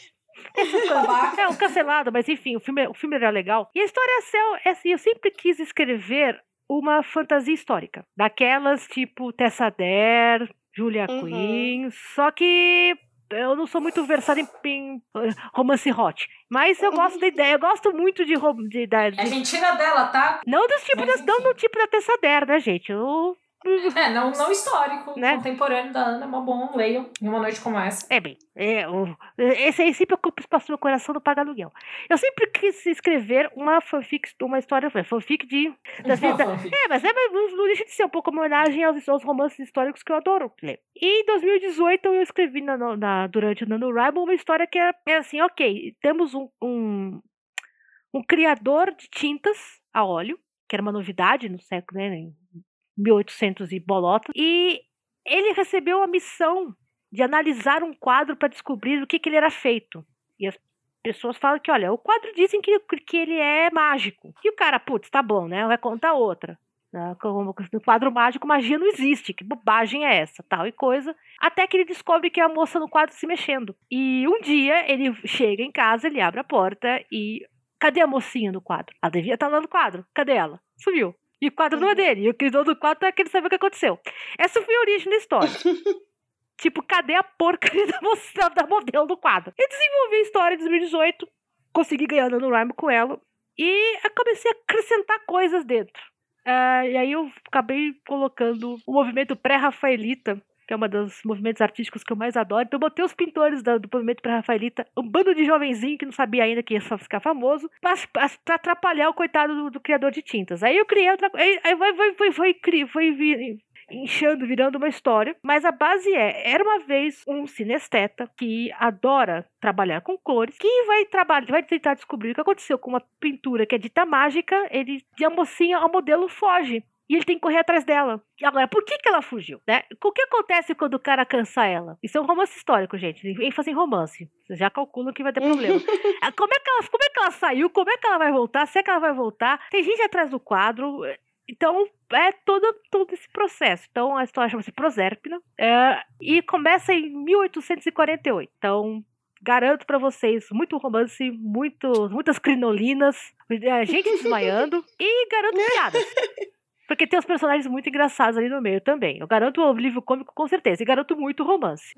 É um cancelado, mas enfim, o filme, o filme era legal. E a história é assim, eu sempre quis escrever uma fantasia histórica. Daquelas tipo Tessa Dare, Julia uhum. Quinn, só que eu não sou muito versada em, em romance hot. Mas eu gosto da ideia, eu gosto muito de... de, de, de... É mentira dela, tá? Não, dos tipos das, não do tipo da Tessa Dare, né, gente? Eu... É, não, não histórico, né? Contemporâneo da Ana, é uma boa, leiam em uma noite como essa. É bem, é, o, esse aí sempre ocupa espaço no meu coração, não paga aluguel. Eu sempre quis escrever uma fanfic, uma história, fanfic de... Das da, é, mas é, não, não deixa de ser um pouco uma homenagem aos, aos romances históricos que eu adoro ler. E em dois mil e dezoito eu escrevi na, na, durante o NaNoWriMo uma história que era, era assim, ok, temos um, um, um criador de tintas a óleo, que era uma novidade no século, né, mil e oitocentos e bolota, e ele recebeu a missão de analisar um quadro para descobrir o que, que ele era feito. E as pessoas falam que, olha, o quadro dizem que, que ele é mágico. E o cara, putz, tá bom, né? Vai contar outra. No quadro mágico, magia não existe. Que bobagem é essa? Tal e coisa. Até que ele descobre que é a moça no quadro se mexendo. E um dia ele chega em casa, ele abre a porta e... Cadê a mocinha no quadro? Ela devia estar lá no quadro. Cadê ela? Sumiu. E o quadro não é dele. E o criador do quadro é que ele sabe o que aconteceu. Essa foi a origem da história. Tipo, cadê a porcaria da, moça, da modelo do quadro? Eu desenvolvi a história em dois mil e dezoito. Consegui ganhar no NaNoWriMo com ela. E eu comecei a acrescentar coisas dentro. Uh, e aí eu acabei colocando o movimento pré-rafaelita, que é um dos movimentos artísticos que eu mais adoro. Então eu botei os pintores do, do movimento pré-rafaelita, um bando de jovenzinho que não sabia ainda que ia só ficar famoso, pra, pra, pra atrapalhar o coitado do, do criador de tintas. Aí eu criei outra coisa, aí foi, foi, foi, foi, foi, foi inchando, virando uma história. Mas a base é, era uma vez um cinesteta que adora trabalhar com cores, que vai trabalhar, vai tentar descobrir o que aconteceu com uma pintura que é dita mágica, ele, e a mocinha, o modelo foge. E ele tem que correr atrás dela. E agora, por que que ela fugiu, né? O que acontece quando o cara cansa ela? Isso é um romance histórico, gente. ênfase em romance. Vocês já calculam que vai ter problema. como, é que ela, como é que ela saiu? Como é que ela vai voltar? Se é que ela vai voltar? Tem gente atrás do quadro. Então, é todo, todo esse processo. Então, a história chama-se Proserpina. É, e começa em mil oitocentos e quarenta e oito. Então, garanto pra vocês muito romance, muito, muitas crinolinas, gente desmaiando e garanto piadas. Porque tem os personagens muito engraçados ali no meio também. Eu garanto o livro cômico com certeza. E garanto muito romance.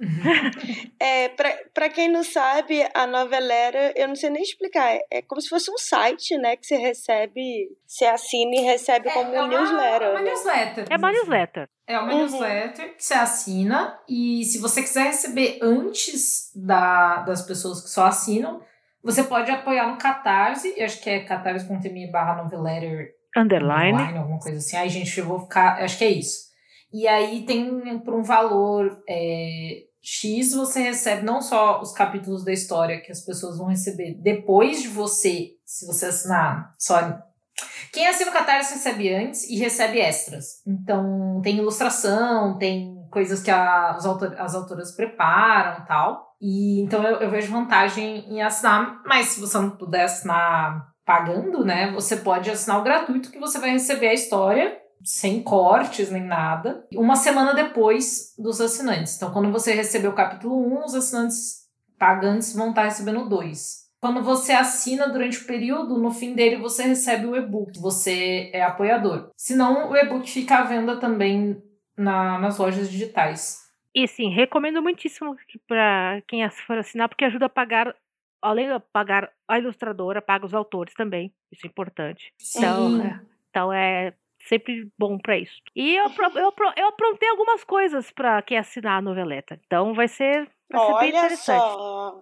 É, pra, pra quem não sabe, a Novelera, eu não sei nem explicar. É como se fosse um site, né? Que você recebe, você assina e recebe É, como é um uma, newsletter. uma né? newsletter. É uma newsletter. É uma Uhum. newsletter que você assina. E se você quiser receber antes da, das pessoas que só assinam, você pode apoiar no Catarse. Eu acho que é catarse.me barra noveletter. Underline. Underline, alguma coisa assim. Aí, gente, eu vou ficar... Acho que é isso. E aí tem, por um valor é, X, você recebe não só os capítulos da história que as pessoas vão receber depois de você, se você assinar só... Quem assina o Catarse recebe antes e recebe extras. Então, tem ilustração, tem coisas que a, os autor, as autoras preparam e tal. E, então, eu, eu vejo vantagem em assinar. Mas se você não puder assinar... pagando, né, você pode assinar o gratuito que você vai receber a história sem cortes nem nada, uma semana depois dos assinantes. Então, quando você receber o capítulo um, os assinantes pagantes vão estar recebendo o dois. Quando você assina durante o período, no fim dele você recebe o e-book, você é apoiador. Senão, o e-book fica à venda também na, nas lojas digitais. E sim, recomendo muitíssimo para quem for assinar, porque ajuda a pagar, além de pagar a ilustradora, paga os autores também. Isso é importante. Então, é, então é sempre bom para isso. E eu, eu, eu aprontei algumas coisas para quem assinar a noveleta. Então vai ser, vai ser bem interessante. Só.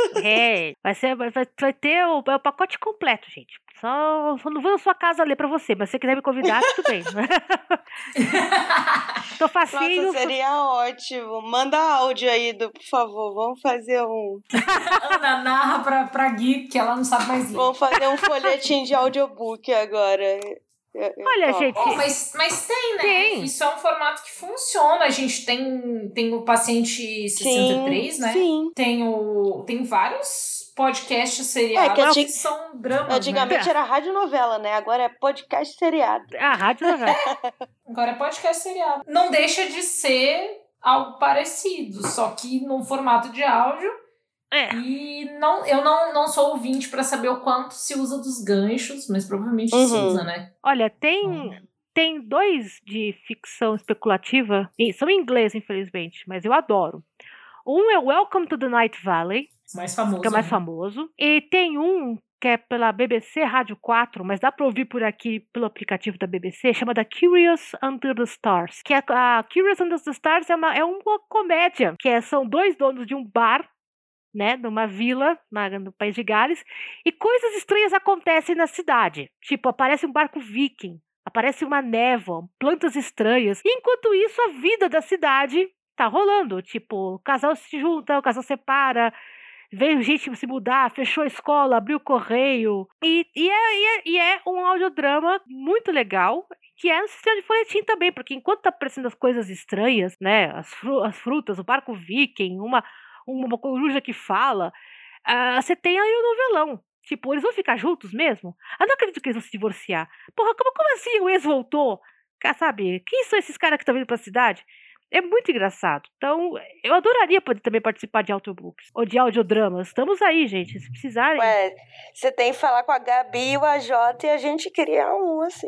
É, vai, ser, vai, vai ter o, é o pacote completo, gente. Só, só não vou na sua casa ler pra você, mas se você quiser me convidar, tudo bem. Tô facinho. Nossa, seria ótimo. Manda áudio aí, do, por favor. Vamos fazer um... Ana narra pra, pra Gui, que ela não sabe mais ler. Vamos fazer um folhetim de audiobook agora. Eu, eu Olha, topo. gente... Oh, mas, mas tem, né? Tem. Isso é um formato que funciona. A gente tem, tem o Paciente sessenta e três, sim, né? Sim. Tem, o, tem vários podcasts seriados É, que antig- que são dramas, Antigamente né? era radionovela, né? Agora é podcast seriado. A rádio novela. Agora é podcast seriado. Não deixa de ser algo parecido, só que no formato de áudio. É. E não, eu não, não sou ouvinte pra saber o quanto se usa dos ganchos, mas provavelmente Uhum. se usa, né? Olha, tem, tem dois de ficção especulativa, e são em inglês, infelizmente, mas eu adoro. Um é Welcome to the Night Valley, Mais famoso. que é mais né? famoso, e tem um que é pela B B C Rádio quatro, mas dá pra ouvir por aqui pelo aplicativo da B B C, chama da Curious Under the Stars, que é, a Curious Under the Stars é uma, é uma comédia, que é, são dois donos de um bar, né, numa vila na, no País de Gales, e coisas estranhas acontecem na cidade. Tipo, aparece um barco viking, aparece uma névoa, plantas estranhas. E enquanto isso, a vida da cidade tá rolando. Tipo, o casal se junta, o casal separa, veio gente se mudar, fechou a escola, abriu o correio. E, e, é, e, é, e é um audiodrama muito legal, que é um sistema de folhetim também, porque enquanto tá aparecendo as coisas estranhas, né, as, fru- as frutas, o barco viking, uma uma coruja que fala, uh, você tem aí o novelão. Tipo, eles vão ficar juntos mesmo? Eu não acredito que eles vão se divorciar. Porra, como, como assim o ex voltou? Cara, sabe, quem são esses caras que estão vindo pra cidade? É muito engraçado. Então, eu adoraria poder também participar de audiobooks ou de audiodramas. Estamos aí, gente, se precisarem. Ué, você tem que falar com a Gabi e o A J e a gente criar um, assim.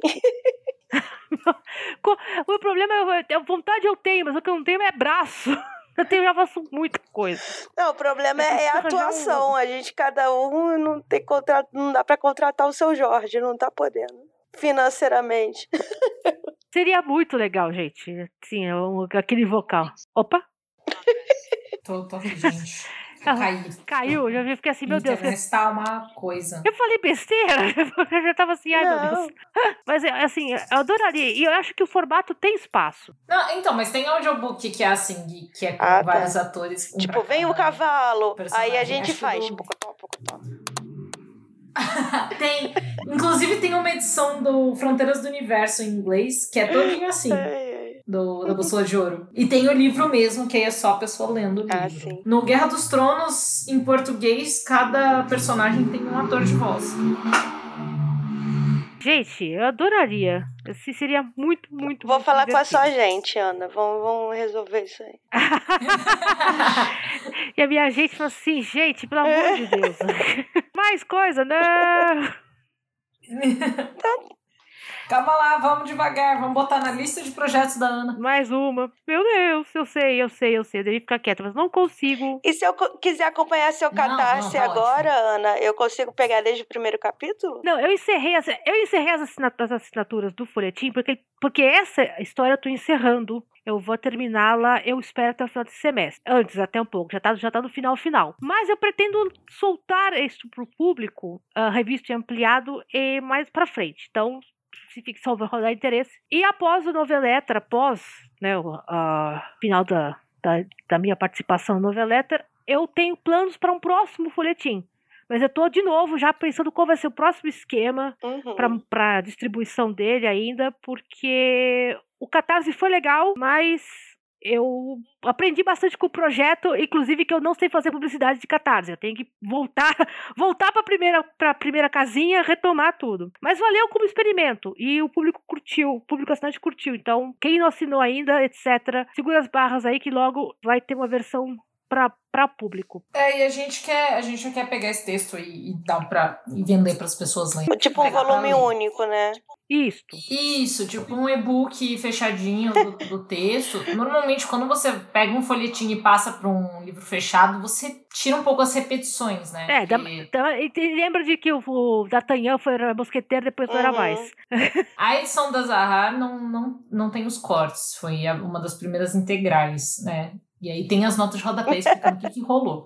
O problema é, a vontade eu tenho, mas o que eu não tenho é braço. Eu tenho, já faço muita coisa. Não, o problema é, é a atuação. A gente, cada um, não, tem contra... não dá pra contratar o seu Jorge, não tá podendo. Financeiramente. Seria muito legal, gente. Sim, aquele vocal. Opa! Tô, tô rindo, gente. Caiu. Caiu, já fiquei assim, meu Deus. Internet tá uma coisa. Eu falei besteira, eu já tava assim, ai Não. meu Deus. Mas assim, eu adoraria, e eu acho que o formato tem espaço. Não, então, mas tem audiobook que é assim, que é com Ah, tá. vários atores. Um Tipo, pra vem o cada cavalo, personagem. aí a gente Acho faz. do- Pocotó, pocotó. Tem. Inclusive tem uma edição do Fronteiras do Universo em inglês, que é todinho assim. Ai, ai. Do, da Bússola de Ouro. E tem o livro mesmo, que aí é só a pessoa lendo o livro. Ah, sim. No Guerra dos Tronos, em português, cada personagem tem um ator de voz. Gente, eu adoraria. Assim, seria muito, muito, Vou muito falar com a divertido. sua gente, Ana. Vamos, vamos resolver isso aí. E a minha gente falou assim, gente, pelo amor de Deus. Mais coisa, não. Calma lá, vamos devagar, vamos botar na lista de projetos da Ana. Mais uma. Meu Deus, eu sei, eu sei, eu sei. Eu devia ficar quieta, mas não consigo. E se eu co- quiser acompanhar seu Não, catarse não, tá agora, Ana, eu consigo pegar desde o primeiro capítulo? Não, eu encerrei as, eu encerrei as, assinat- as assinaturas do folhetim, porque, porque essa história eu tô encerrando. Eu vou terminá-la, eu espero até o final desse semestre. Antes, até um pouco, já tá, já tá no final final. Mas eu pretendo soltar isso pro público, uh, revisto e ampliado, e mais pra frente. Então, se ficção vai rodar interesse. E após o Noveletra, após né, o uh, final da, da, da minha participação no Noveletra, eu tenho planos para um próximo folhetim. Mas eu tô, de novo, já pensando qual vai ser o próximo esquema Uhum. para distribuição dele ainda, porque o Catarse foi legal, mas eu aprendi bastante com o projeto, inclusive que eu não sei fazer publicidade de Catarse. Eu tenho que voltar voltar para a primeira, pra primeira casinha, retomar tudo. Mas valeu como experimento, e o público curtiu, o público assinante curtiu. Então, quem não assinou ainda, etcétera, segura as barras aí que logo vai ter uma versão para público. É, e a gente quer, a gente quer pegar esse texto e, e dar pra, e vender para as pessoas lerem. Tipo um Pegar pra volume ler. único, né? Isto. Isso, tipo um e-book fechadinho do, do texto. Normalmente, quando você pega um folhetim e passa para um livro fechado, você tira um pouco as repetições, né? É, da, Porque da, e te- lembra de que o, o D'Artagnan foi era mosqueteiro, depois não era Uhum. mais. a edição da Zahar não, não, não tem os cortes. Foi a- uma das primeiras integrais, né? E aí tem as notas de rodapé explicando o que, que rolou.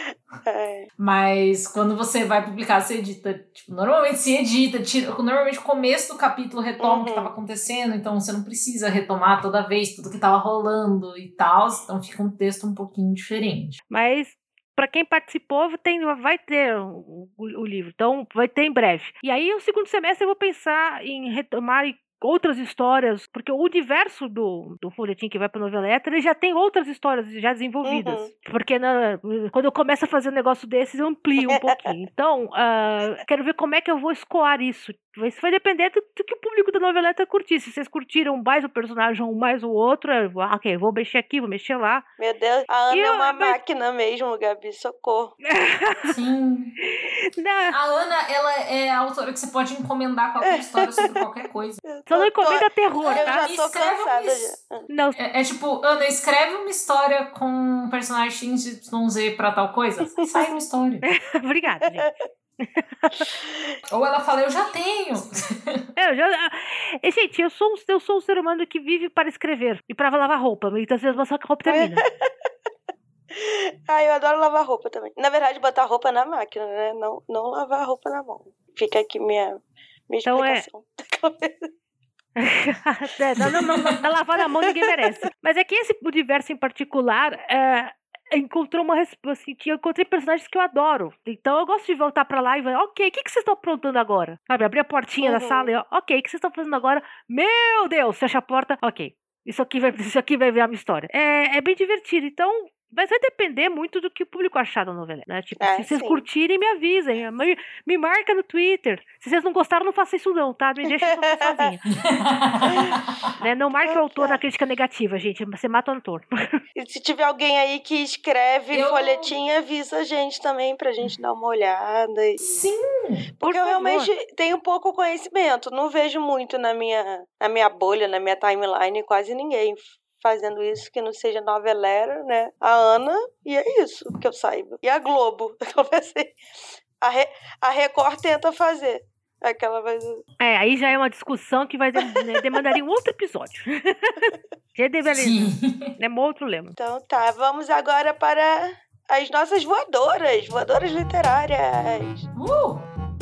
É. Mas quando você vai publicar, você edita. Tipo, normalmente se edita, tira, normalmente o começo do capítulo retoma Uhum. o que estava acontecendo, então você não precisa retomar toda vez tudo que estava rolando e tal. Então fica um texto um pouquinho diferente. Mas para quem participou, tem, vai ter o, o- o livro. Então, vai ter em breve. E aí, o segundo semestre, eu vou pensar em retomar e- outras histórias, porque o universo do, do folhetim que vai para Noveletra, ele já tem outras histórias já desenvolvidas. Uhum. Porque na- quando eu começo a fazer um negócio desses, eu amplio um pouquinho. Então, ah, quero ver como é que eu vou escoar isso. Isso vai depender do, do que o público da Noveletra curtir. Se vocês curtiram mais o personagem um mais o outro, eu, ah, ok, vou mexer aqui, vou mexer lá. Meu Deus, a Ana E é eu- uma mas- máquina mesmo, Gabi, socorro. Sim. Não, A Ana, ela é a autora que você pode encomendar qualquer história sobre qualquer coisa. só não Eu tô- encomenda terror, Eu tá? já tô Escreve um cansada mis- já. Não, É, é tipo, Ana, escreve uma história com um personagem X Y Z pra tal coisa. Sai uma história. obrigada, gente. Ou ela fala, eu já tenho. Eu já, e, gente, eu sou, um, eu sou um ser humano que vive para escrever e para lavar roupa. Muitas vezes só que a roupa termina. Ah, eu adoro lavar roupa também. Na verdade, botar roupa na máquina, né? Não, não lavar roupa na mão. Fica aqui minha, minha Então é- explicação. É, não, não, não, não, não lavar na mão ninguém merece. Mas é que esse universo em particular é, encontrou uma resposta. Assim, eu encontrei personagens que eu adoro. Então eu gosto de voltar pra lá e ver, ok, o que, que vocês estão aprontando agora? Sabe, abrir a portinha da Uhum. sala e, ok, o que vocês estão fazendo agora? Meu Deus, fecha a porta, ok. Isso aqui vai, isso aqui vai virar uma história. É, é bem divertido. Então, mas vai depender muito do que o público achar da novela, né? Tipo, É, se vocês sim. curtirem, me avisem. Me, me marca no Twitter. Se vocês não gostaram, não façam isso não, tá? Me deixa sozinha. Né? Não marque o autor na crítica negativa, gente. Você mata o autor. E se tiver alguém aí que escreve Eu- folhetim, avisa a gente também pra gente dar uma olhada. E... Sim. Porque Por eu favor. realmente tenho pouco conhecimento. Não vejo muito na minha, na minha bolha, na minha timeline, quase ninguém fazendo isso que não seja novelera, né? A Ana, e é isso que eu saiba. E a Globo. Então, assim, a, Re, a Record tenta fazer. Aquela vai... É, aí já é uma discussão que vai de, né, demandaria um outro episódio. Já deveria. Sim. É um outro lema. Então tá, vamos agora para as nossas voadoras, voadoras literárias. Uh!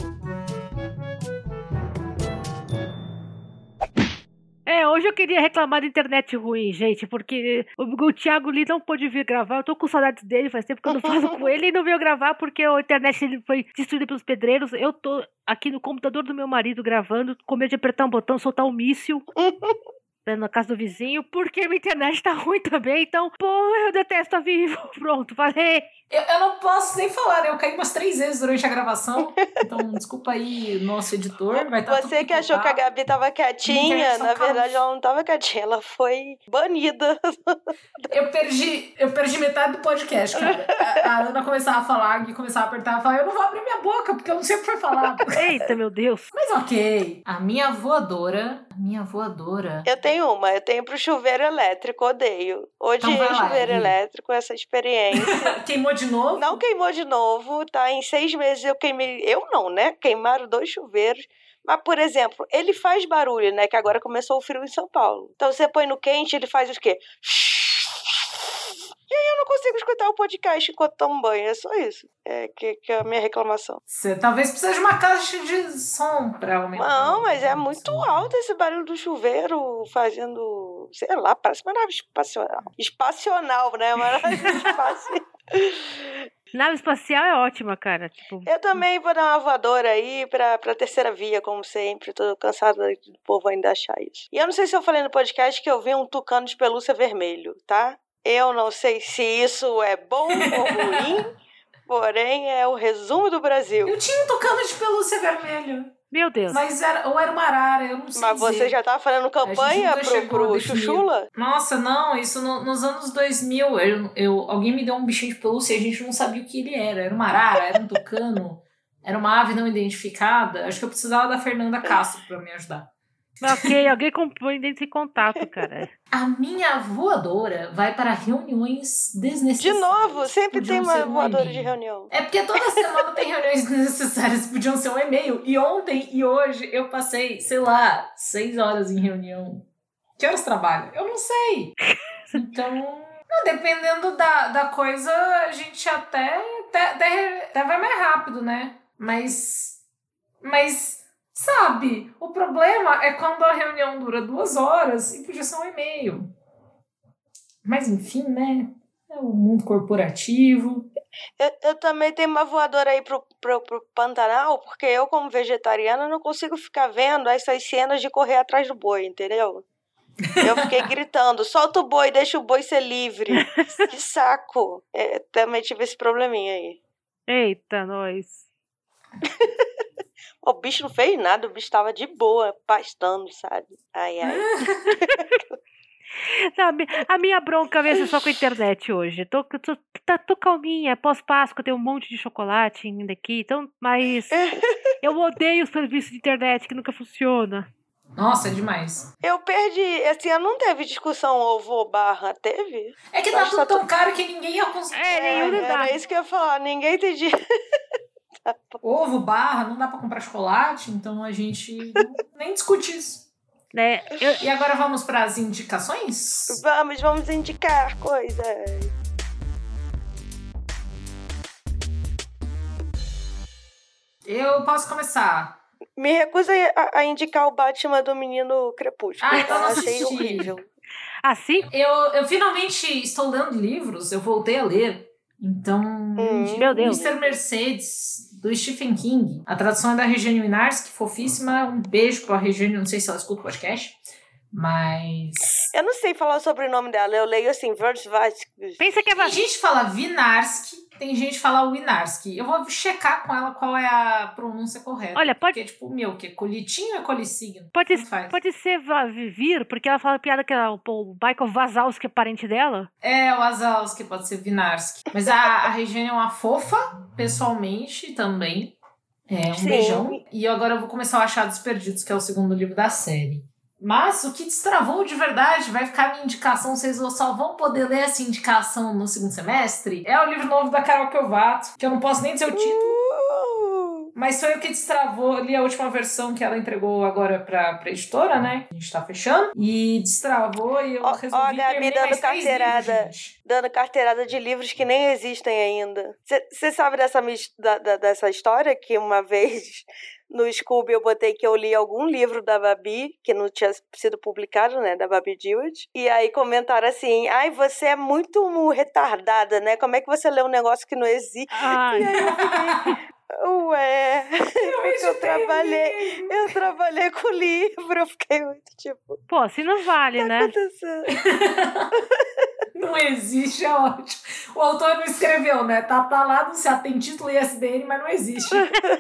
É, hoje eu queria reclamar da internet ruim, gente, porque o, o Thiago Lee não pôde vir gravar. Eu tô com saudades dele, faz tempo que eu não falo com ele e não veio gravar porque a internet ele foi destruída pelos pedreiros. Eu tô aqui no computador do meu marido gravando, com medo de apertar um botão, soltar um míssil. Na casa do vizinho, porque minha internet tá ruim também, então, pô, eu detesto a Vivo. Pronto, falei. Eu, eu não posso nem falar, né? Eu caí umas três vezes durante a gravação, então desculpa aí, nosso editor. Vai tá Você que achou que a Gabi tava quietinha, na verdade ela não tava quietinha, ela foi banida. Eu perdi, eu perdi metade do podcast, cara. A, a Ana começava a falar, a Gui começava a apertar e falar, eu não vou abrir minha boca, porque eu não sei o que foi falado. Eita, meu Deus. Mas ok. A minha voadora, a minha voadora... Eu tenho uma, eu tenho pro chuveiro elétrico, odeio. Odiei então o chuveiro lá, elétrico, essa experiência. Queimou de novo? Não queimou de novo, tá? Em seis meses eu queimei... Eu não, né? Queimaram dois chuveiros. Mas, por exemplo, ele faz barulho, né? Que agora começou o frio em São Paulo. Então você põe no quente, ele faz o quê? E aí eu não consigo escutar o podcast enquanto tomo banho. É só isso. É que, que é a minha reclamação. Você talvez precise de uma caixa de som pra aumentar. Não, mas é muito alto esse barulho do chuveiro fazendo... Sei lá, parece uma nave espacional. Espacional, né? Uma nave espacial. Nave espacial é ótima, cara. Tipo... Eu também vou dar uma voadora aí pra, pra terceira via, como sempre. Tô cansada do povo ainda achar isso. E eu não sei se eu falei no podcast que eu vi um tucano de pelúcia vermelho, tá? Eu não sei se isso é bom ou ruim, porém é o resumo do Brasil. Eu tinha um tucano de pelúcia vermelho. Meu Deus. Mas era, ou era uma arara, eu não sei Mas dizer. você já tava fazendo campanha pro, pro Chuchula? Nossa, não, isso no, nos anos dois mil, eu, eu, alguém me deu um bichinho de pelúcia e a gente não sabia o que ele era. Era uma arara, era um tucano, era uma ave não identificada. Acho que eu precisava da Fernanda Castro pra me ajudar. Ok, alguém compõe dentro de contato, cara. A minha voadora vai para reuniões desnecessárias. De novo, sempre Podiam tem uma um voadora e-mail. de reunião. É porque toda semana tem reuniões desnecessárias, podiam ser um e-mail. E ontem e hoje eu passei, sei lá, seis horas em reunião. Que horas trabalho? Eu não sei. Então, não, dependendo da, da coisa, a gente até, até, até, até vai mais rápido, né? Mas... Mas... Sabe, o problema é quando a reunião dura duas horas e podia ser um e-mail. Mas enfim, né? É o mundo corporativo. Eu, eu também tenho uma voadora aí pro, pro, pro Pantanal, porque eu, como vegetariana, não consigo ficar vendo essas cenas de correr atrás do boi, entendeu? Eu fiquei gritando, solta o boi, deixa o boi ser livre. Que saco. É, também tive esse probleminha aí. Eita, nós. O bicho não fez nada, o bicho tava de boa, pastando, sabe? Ai, ai. Não, a minha bronca mesmo é só com a internet hoje. Tô, tô, tô, tô calminha, pós-Páscoa tem um monte de chocolate ainda aqui, então, mas eu odeio o serviço de internet que nunca funciona. Nossa, é demais. Eu perdi, esse ano não teve discussão ovo ou barra, teve? É que tá tudo tão caro que ninguém ia conseguir. É, nenhum é, era isso que eu ia falar, ninguém entendia. Ovo, barra, não dá pra comprar chocolate, então a gente não, nem discute isso. Né? Eu... E agora vamos para as indicações? Vamos, vamos indicar coisas. Eu posso começar. Me recuso a, a indicar o Batman do Menino Crepúsculo. Ah, então eu não achei assisti. horrível. Assim? Eu, eu finalmente estou lendo livros, eu voltei a ler. Então, hum, meu Deus. mister Mercedes, do Stephen King. A tradução é da Regiane Winarski, fofíssima. Um beijo pra Regiane, não sei se ela escuta o podcast. Mas... Eu não sei falar sobre o nome dela, eu leio assim, Versvasky. Pensa que é... Tem gente que fala Winarski, tem gente que fala Winarski. Eu vou checar com ela qual é a pronúncia correta. Olha, pode... Porque, tipo, meu, que colitinho é colicigno? Pode, pode ser Vir, porque ela fala piada que ela, o Michael Wazowski é parente dela. É, o Wazowski, pode ser Winarski. Mas a, a Regiane é uma fofa, pessoalmente, também. É, um Sim. beijão. E agora eu vou começar o Achados Perdidos, que é o segundo livro da série. Mas o que destravou de verdade, vai ficar minha indicação, vocês só vão poder ler essa indicação no segundo semestre, é o livro novo da Carol Kiovato, que eu não posso nem dizer o título, Mas foi o que destravou ali a última versão que ela entregou agora pra, pra editora, né? A gente tá fechando. E destravou e eu Ó, resolvi ó, a Gabi terminar dando mais três carteirada. livros, gente. Dando carteirada de livros que nem existem ainda. Você sabe dessa, mis- da- da- dessa história que uma vez no Scooby eu botei que eu li algum livro da Babi, que não tinha sido publicado, né, da Babi Jewett, e aí comentaram assim, ai, você é muito retardada, né, como é que você lê um negócio que não existe? Ai. E aí eu fiquei... Ué, porque eu trabalhei, eu trabalhei com livro, eu fiquei muito tipo, Pô, assim não vale, tá né? acontecendo? Não existe, é ótimo. O autor não escreveu, né? Tá, tá lá, não sei, tem título e I S B N, mas não existe.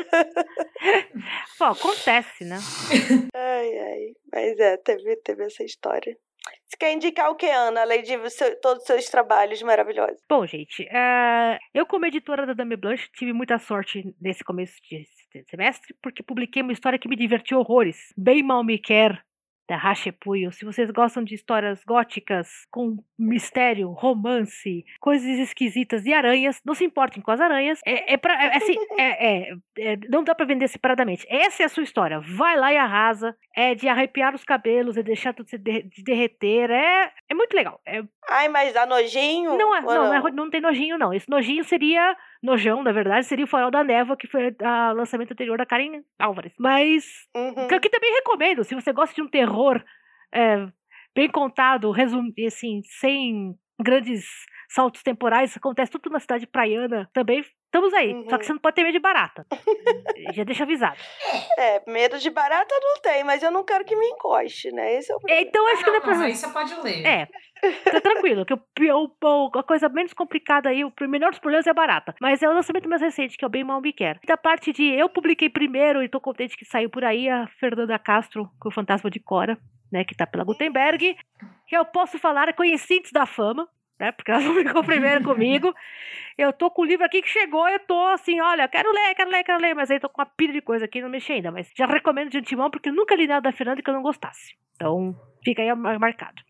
Pô, acontece, né? Ai, ai, mas é, teve, teve essa história. Você quer indicar o que, Ana, além de você- todos os seus trabalhos maravilhosos? Bom, gente, eh, eu como editora da Dame Blanche tive muita sorte nesse começo de de semestre, porque publiquei uma história que me divertiu horrores. Bem Mal Me Quer, da Rachepuyo. Se vocês gostam de histórias góticas, com mistério, romance, coisas esquisitas e aranhas, não se importem com as aranhas. É, é pra, é, assim, é, é- é- não dá pra vender separadamente. Essa é a sua história. Vai lá e arrasa. É de arrepiar os cabelos, é deixar tudo se de- de derreter. É, é muito legal. É, Ai, mas dá nojinho? não, é, Ou não, não, é- não tem nojinho, não. Esse nojinho seria. Nojão, na verdade, seria o Farol da Névoa, que foi o lançamento anterior da Karen Álvares. Mas. Uhum. Que eu que também recomendo, se você gosta de um terror é, bem contado, resum... assim, sem grandes saltos temporais, acontece tudo na cidade praiana, também estamos aí. Uhum. Só que você não pode ter medo de barata. Já deixa avisado. É, medo de barata não tem, mas eu não quero que me encoste, né? Esse é o É, problema. então Ah, acho que não é não, mas pra... aí você pode ler. É, tá tranquilo, que o, o- o- a coisa menos complicada aí, o menor dos problemas é a barata. Mas é o lançamento mais recente, que é o Bem Mal Me Quer. Da parte de eu publiquei primeiro e tô contente que saiu por aí a Fernanda Castro com o Fantasma de Cora, né, que tá pela Gutenberg, que eu posso falar é Conhecidos da Fama, né, porque ela publicou primeiro comigo. Eu tô com o livro aqui que chegou, eu tô assim, olha, quero ler, quero ler, quero ler, mas aí tô com uma pilha de coisa aqui, não mexi ainda, mas já recomendo de antemão, porque eu nunca li nada da Fernanda que eu não gostasse. Então, fica aí marcado.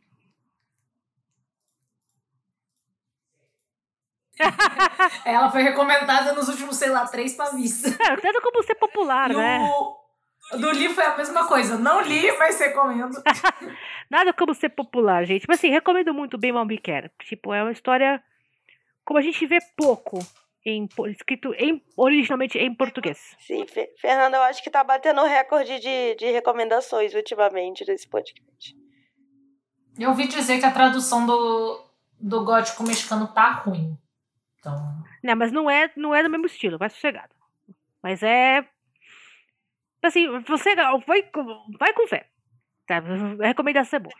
Ela foi recomendada nos últimos, sei lá, três pavistas. É, nada como ser popular, E né? o do livro foi a mesma coisa. Não li, mas recomendo. Nada como ser popular, gente. Mas assim, recomendo muito Bem Mal Me Quer. Tipo, é uma história como a gente vê pouco em, po- escrito em, originalmente em português. Sim, Fe- Fernanda, eu acho que tá batendo recorde de, de recomendações ultimamente desse podcast. Eu ouvi dizer que a tradução do, do gótico mexicano tá ruim. Então, Não, mas não é, não é do mesmo estilo, vai sossegado. Mas é. Assim, você vai, com- vai com fé. Tá? A recomendação é boa.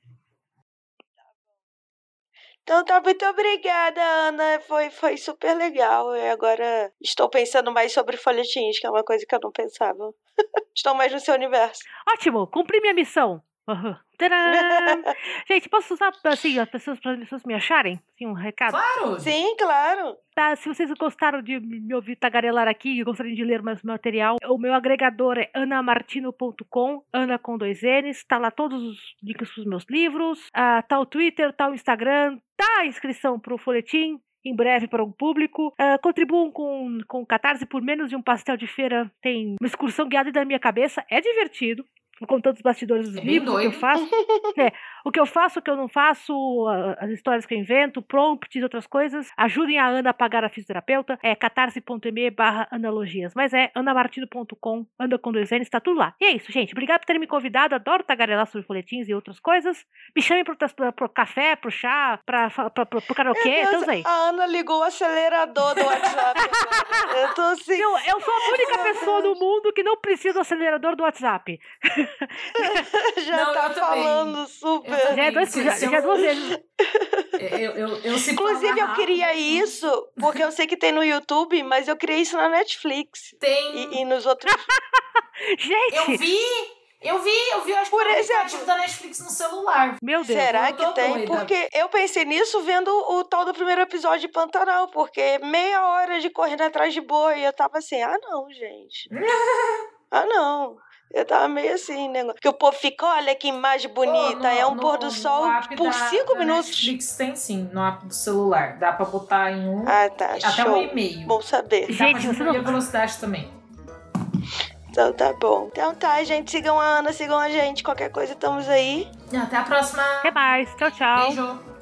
Então tá, muito obrigada, Ana. Foi, foi super legal. E agora estou pensando mais sobre folhetins, que é uma coisa que eu não pensava. Estou mais no seu universo. Ótimo, cumpri minha missão. Uhum. Tcharam! Gente, posso usar assim, as pessoas, para as pessoas me acharem? Assim, um recado? claro. Sim, claro. Tá, se vocês gostaram de me ouvir tagarelar aqui e gostariam de ler mais material, o meu agregador é anamartino ponto com, Ana com dois N's, tá lá todos os links pros meus livros, ah, tá o Twitter, tá o Instagram, tá a inscrição pro folhetim, em breve para o público. Ah, contribuam com, com o Catarse, por menos de um pastel de feira, tem uma excursão guiada da minha cabeça, é divertido. Contando os bastidores dos É bem livros, o que eu doido. faço. É, o que eu faço, o que eu não faço, a- as histórias que eu invento, prompts, outras coisas. Ajudem a Ana a pagar a fisioterapeuta. É catarse.me barra analogias. Mas é anamartino ponto com, Ana com dois N's, tá tudo lá. E é isso, gente. Obrigado por terem me convidado. Adoro tagarelar sobre folhetins e outras coisas. Me chamem pro, pro, pro café, pro chá, pra, pra, pra, pro karaokê. Meu Deus, Estamos aí. a Ana ligou o acelerador do WhatsApp agora. Eu tô assim. Eu, eu sou a única pessoa no mundo que não precisa do acelerador do WhatsApp. Já Não, tá eu também. falando super. Eu Já é, dois, Se- já, se eu- já é duas vezes. Eu, eu, eu se Inclusive, falar eu queria rápido, isso, porque eu sei que tem no YouTube, mas eu queria isso na Netflix. Tem. E, e nos outros. Gente! Eu vi. Eu vi, eu vi, eu acho que Por tem um exemplo- aplicativo da Netflix no celular. Meu Deus. Será eu que tô tem? doida. Porque eu pensei nisso vendo o tal do primeiro episódio de Pantanal, porque meia hora de correndo atrás de boi, eu tava assim, ah não, gente. ah não. Eu tava meio assim, negócio. Porque o povo fica, olha que imagem bonita, Pô, no- é um no- pôr do no sol app por da- cinco da minutos. Netflix tem sim, no app do celular. Dá pra botar em um, Ah, tá, até show. um e-mail. Bom saber. E dá pra Gente, você diminuir não- a velocidade também. Então tá bom. Então tá, gente. Sigam a Ana, sigam a gente. Qualquer coisa, estamos aí. Até a próxima. Até mais. Tchau, tchau. Beijo.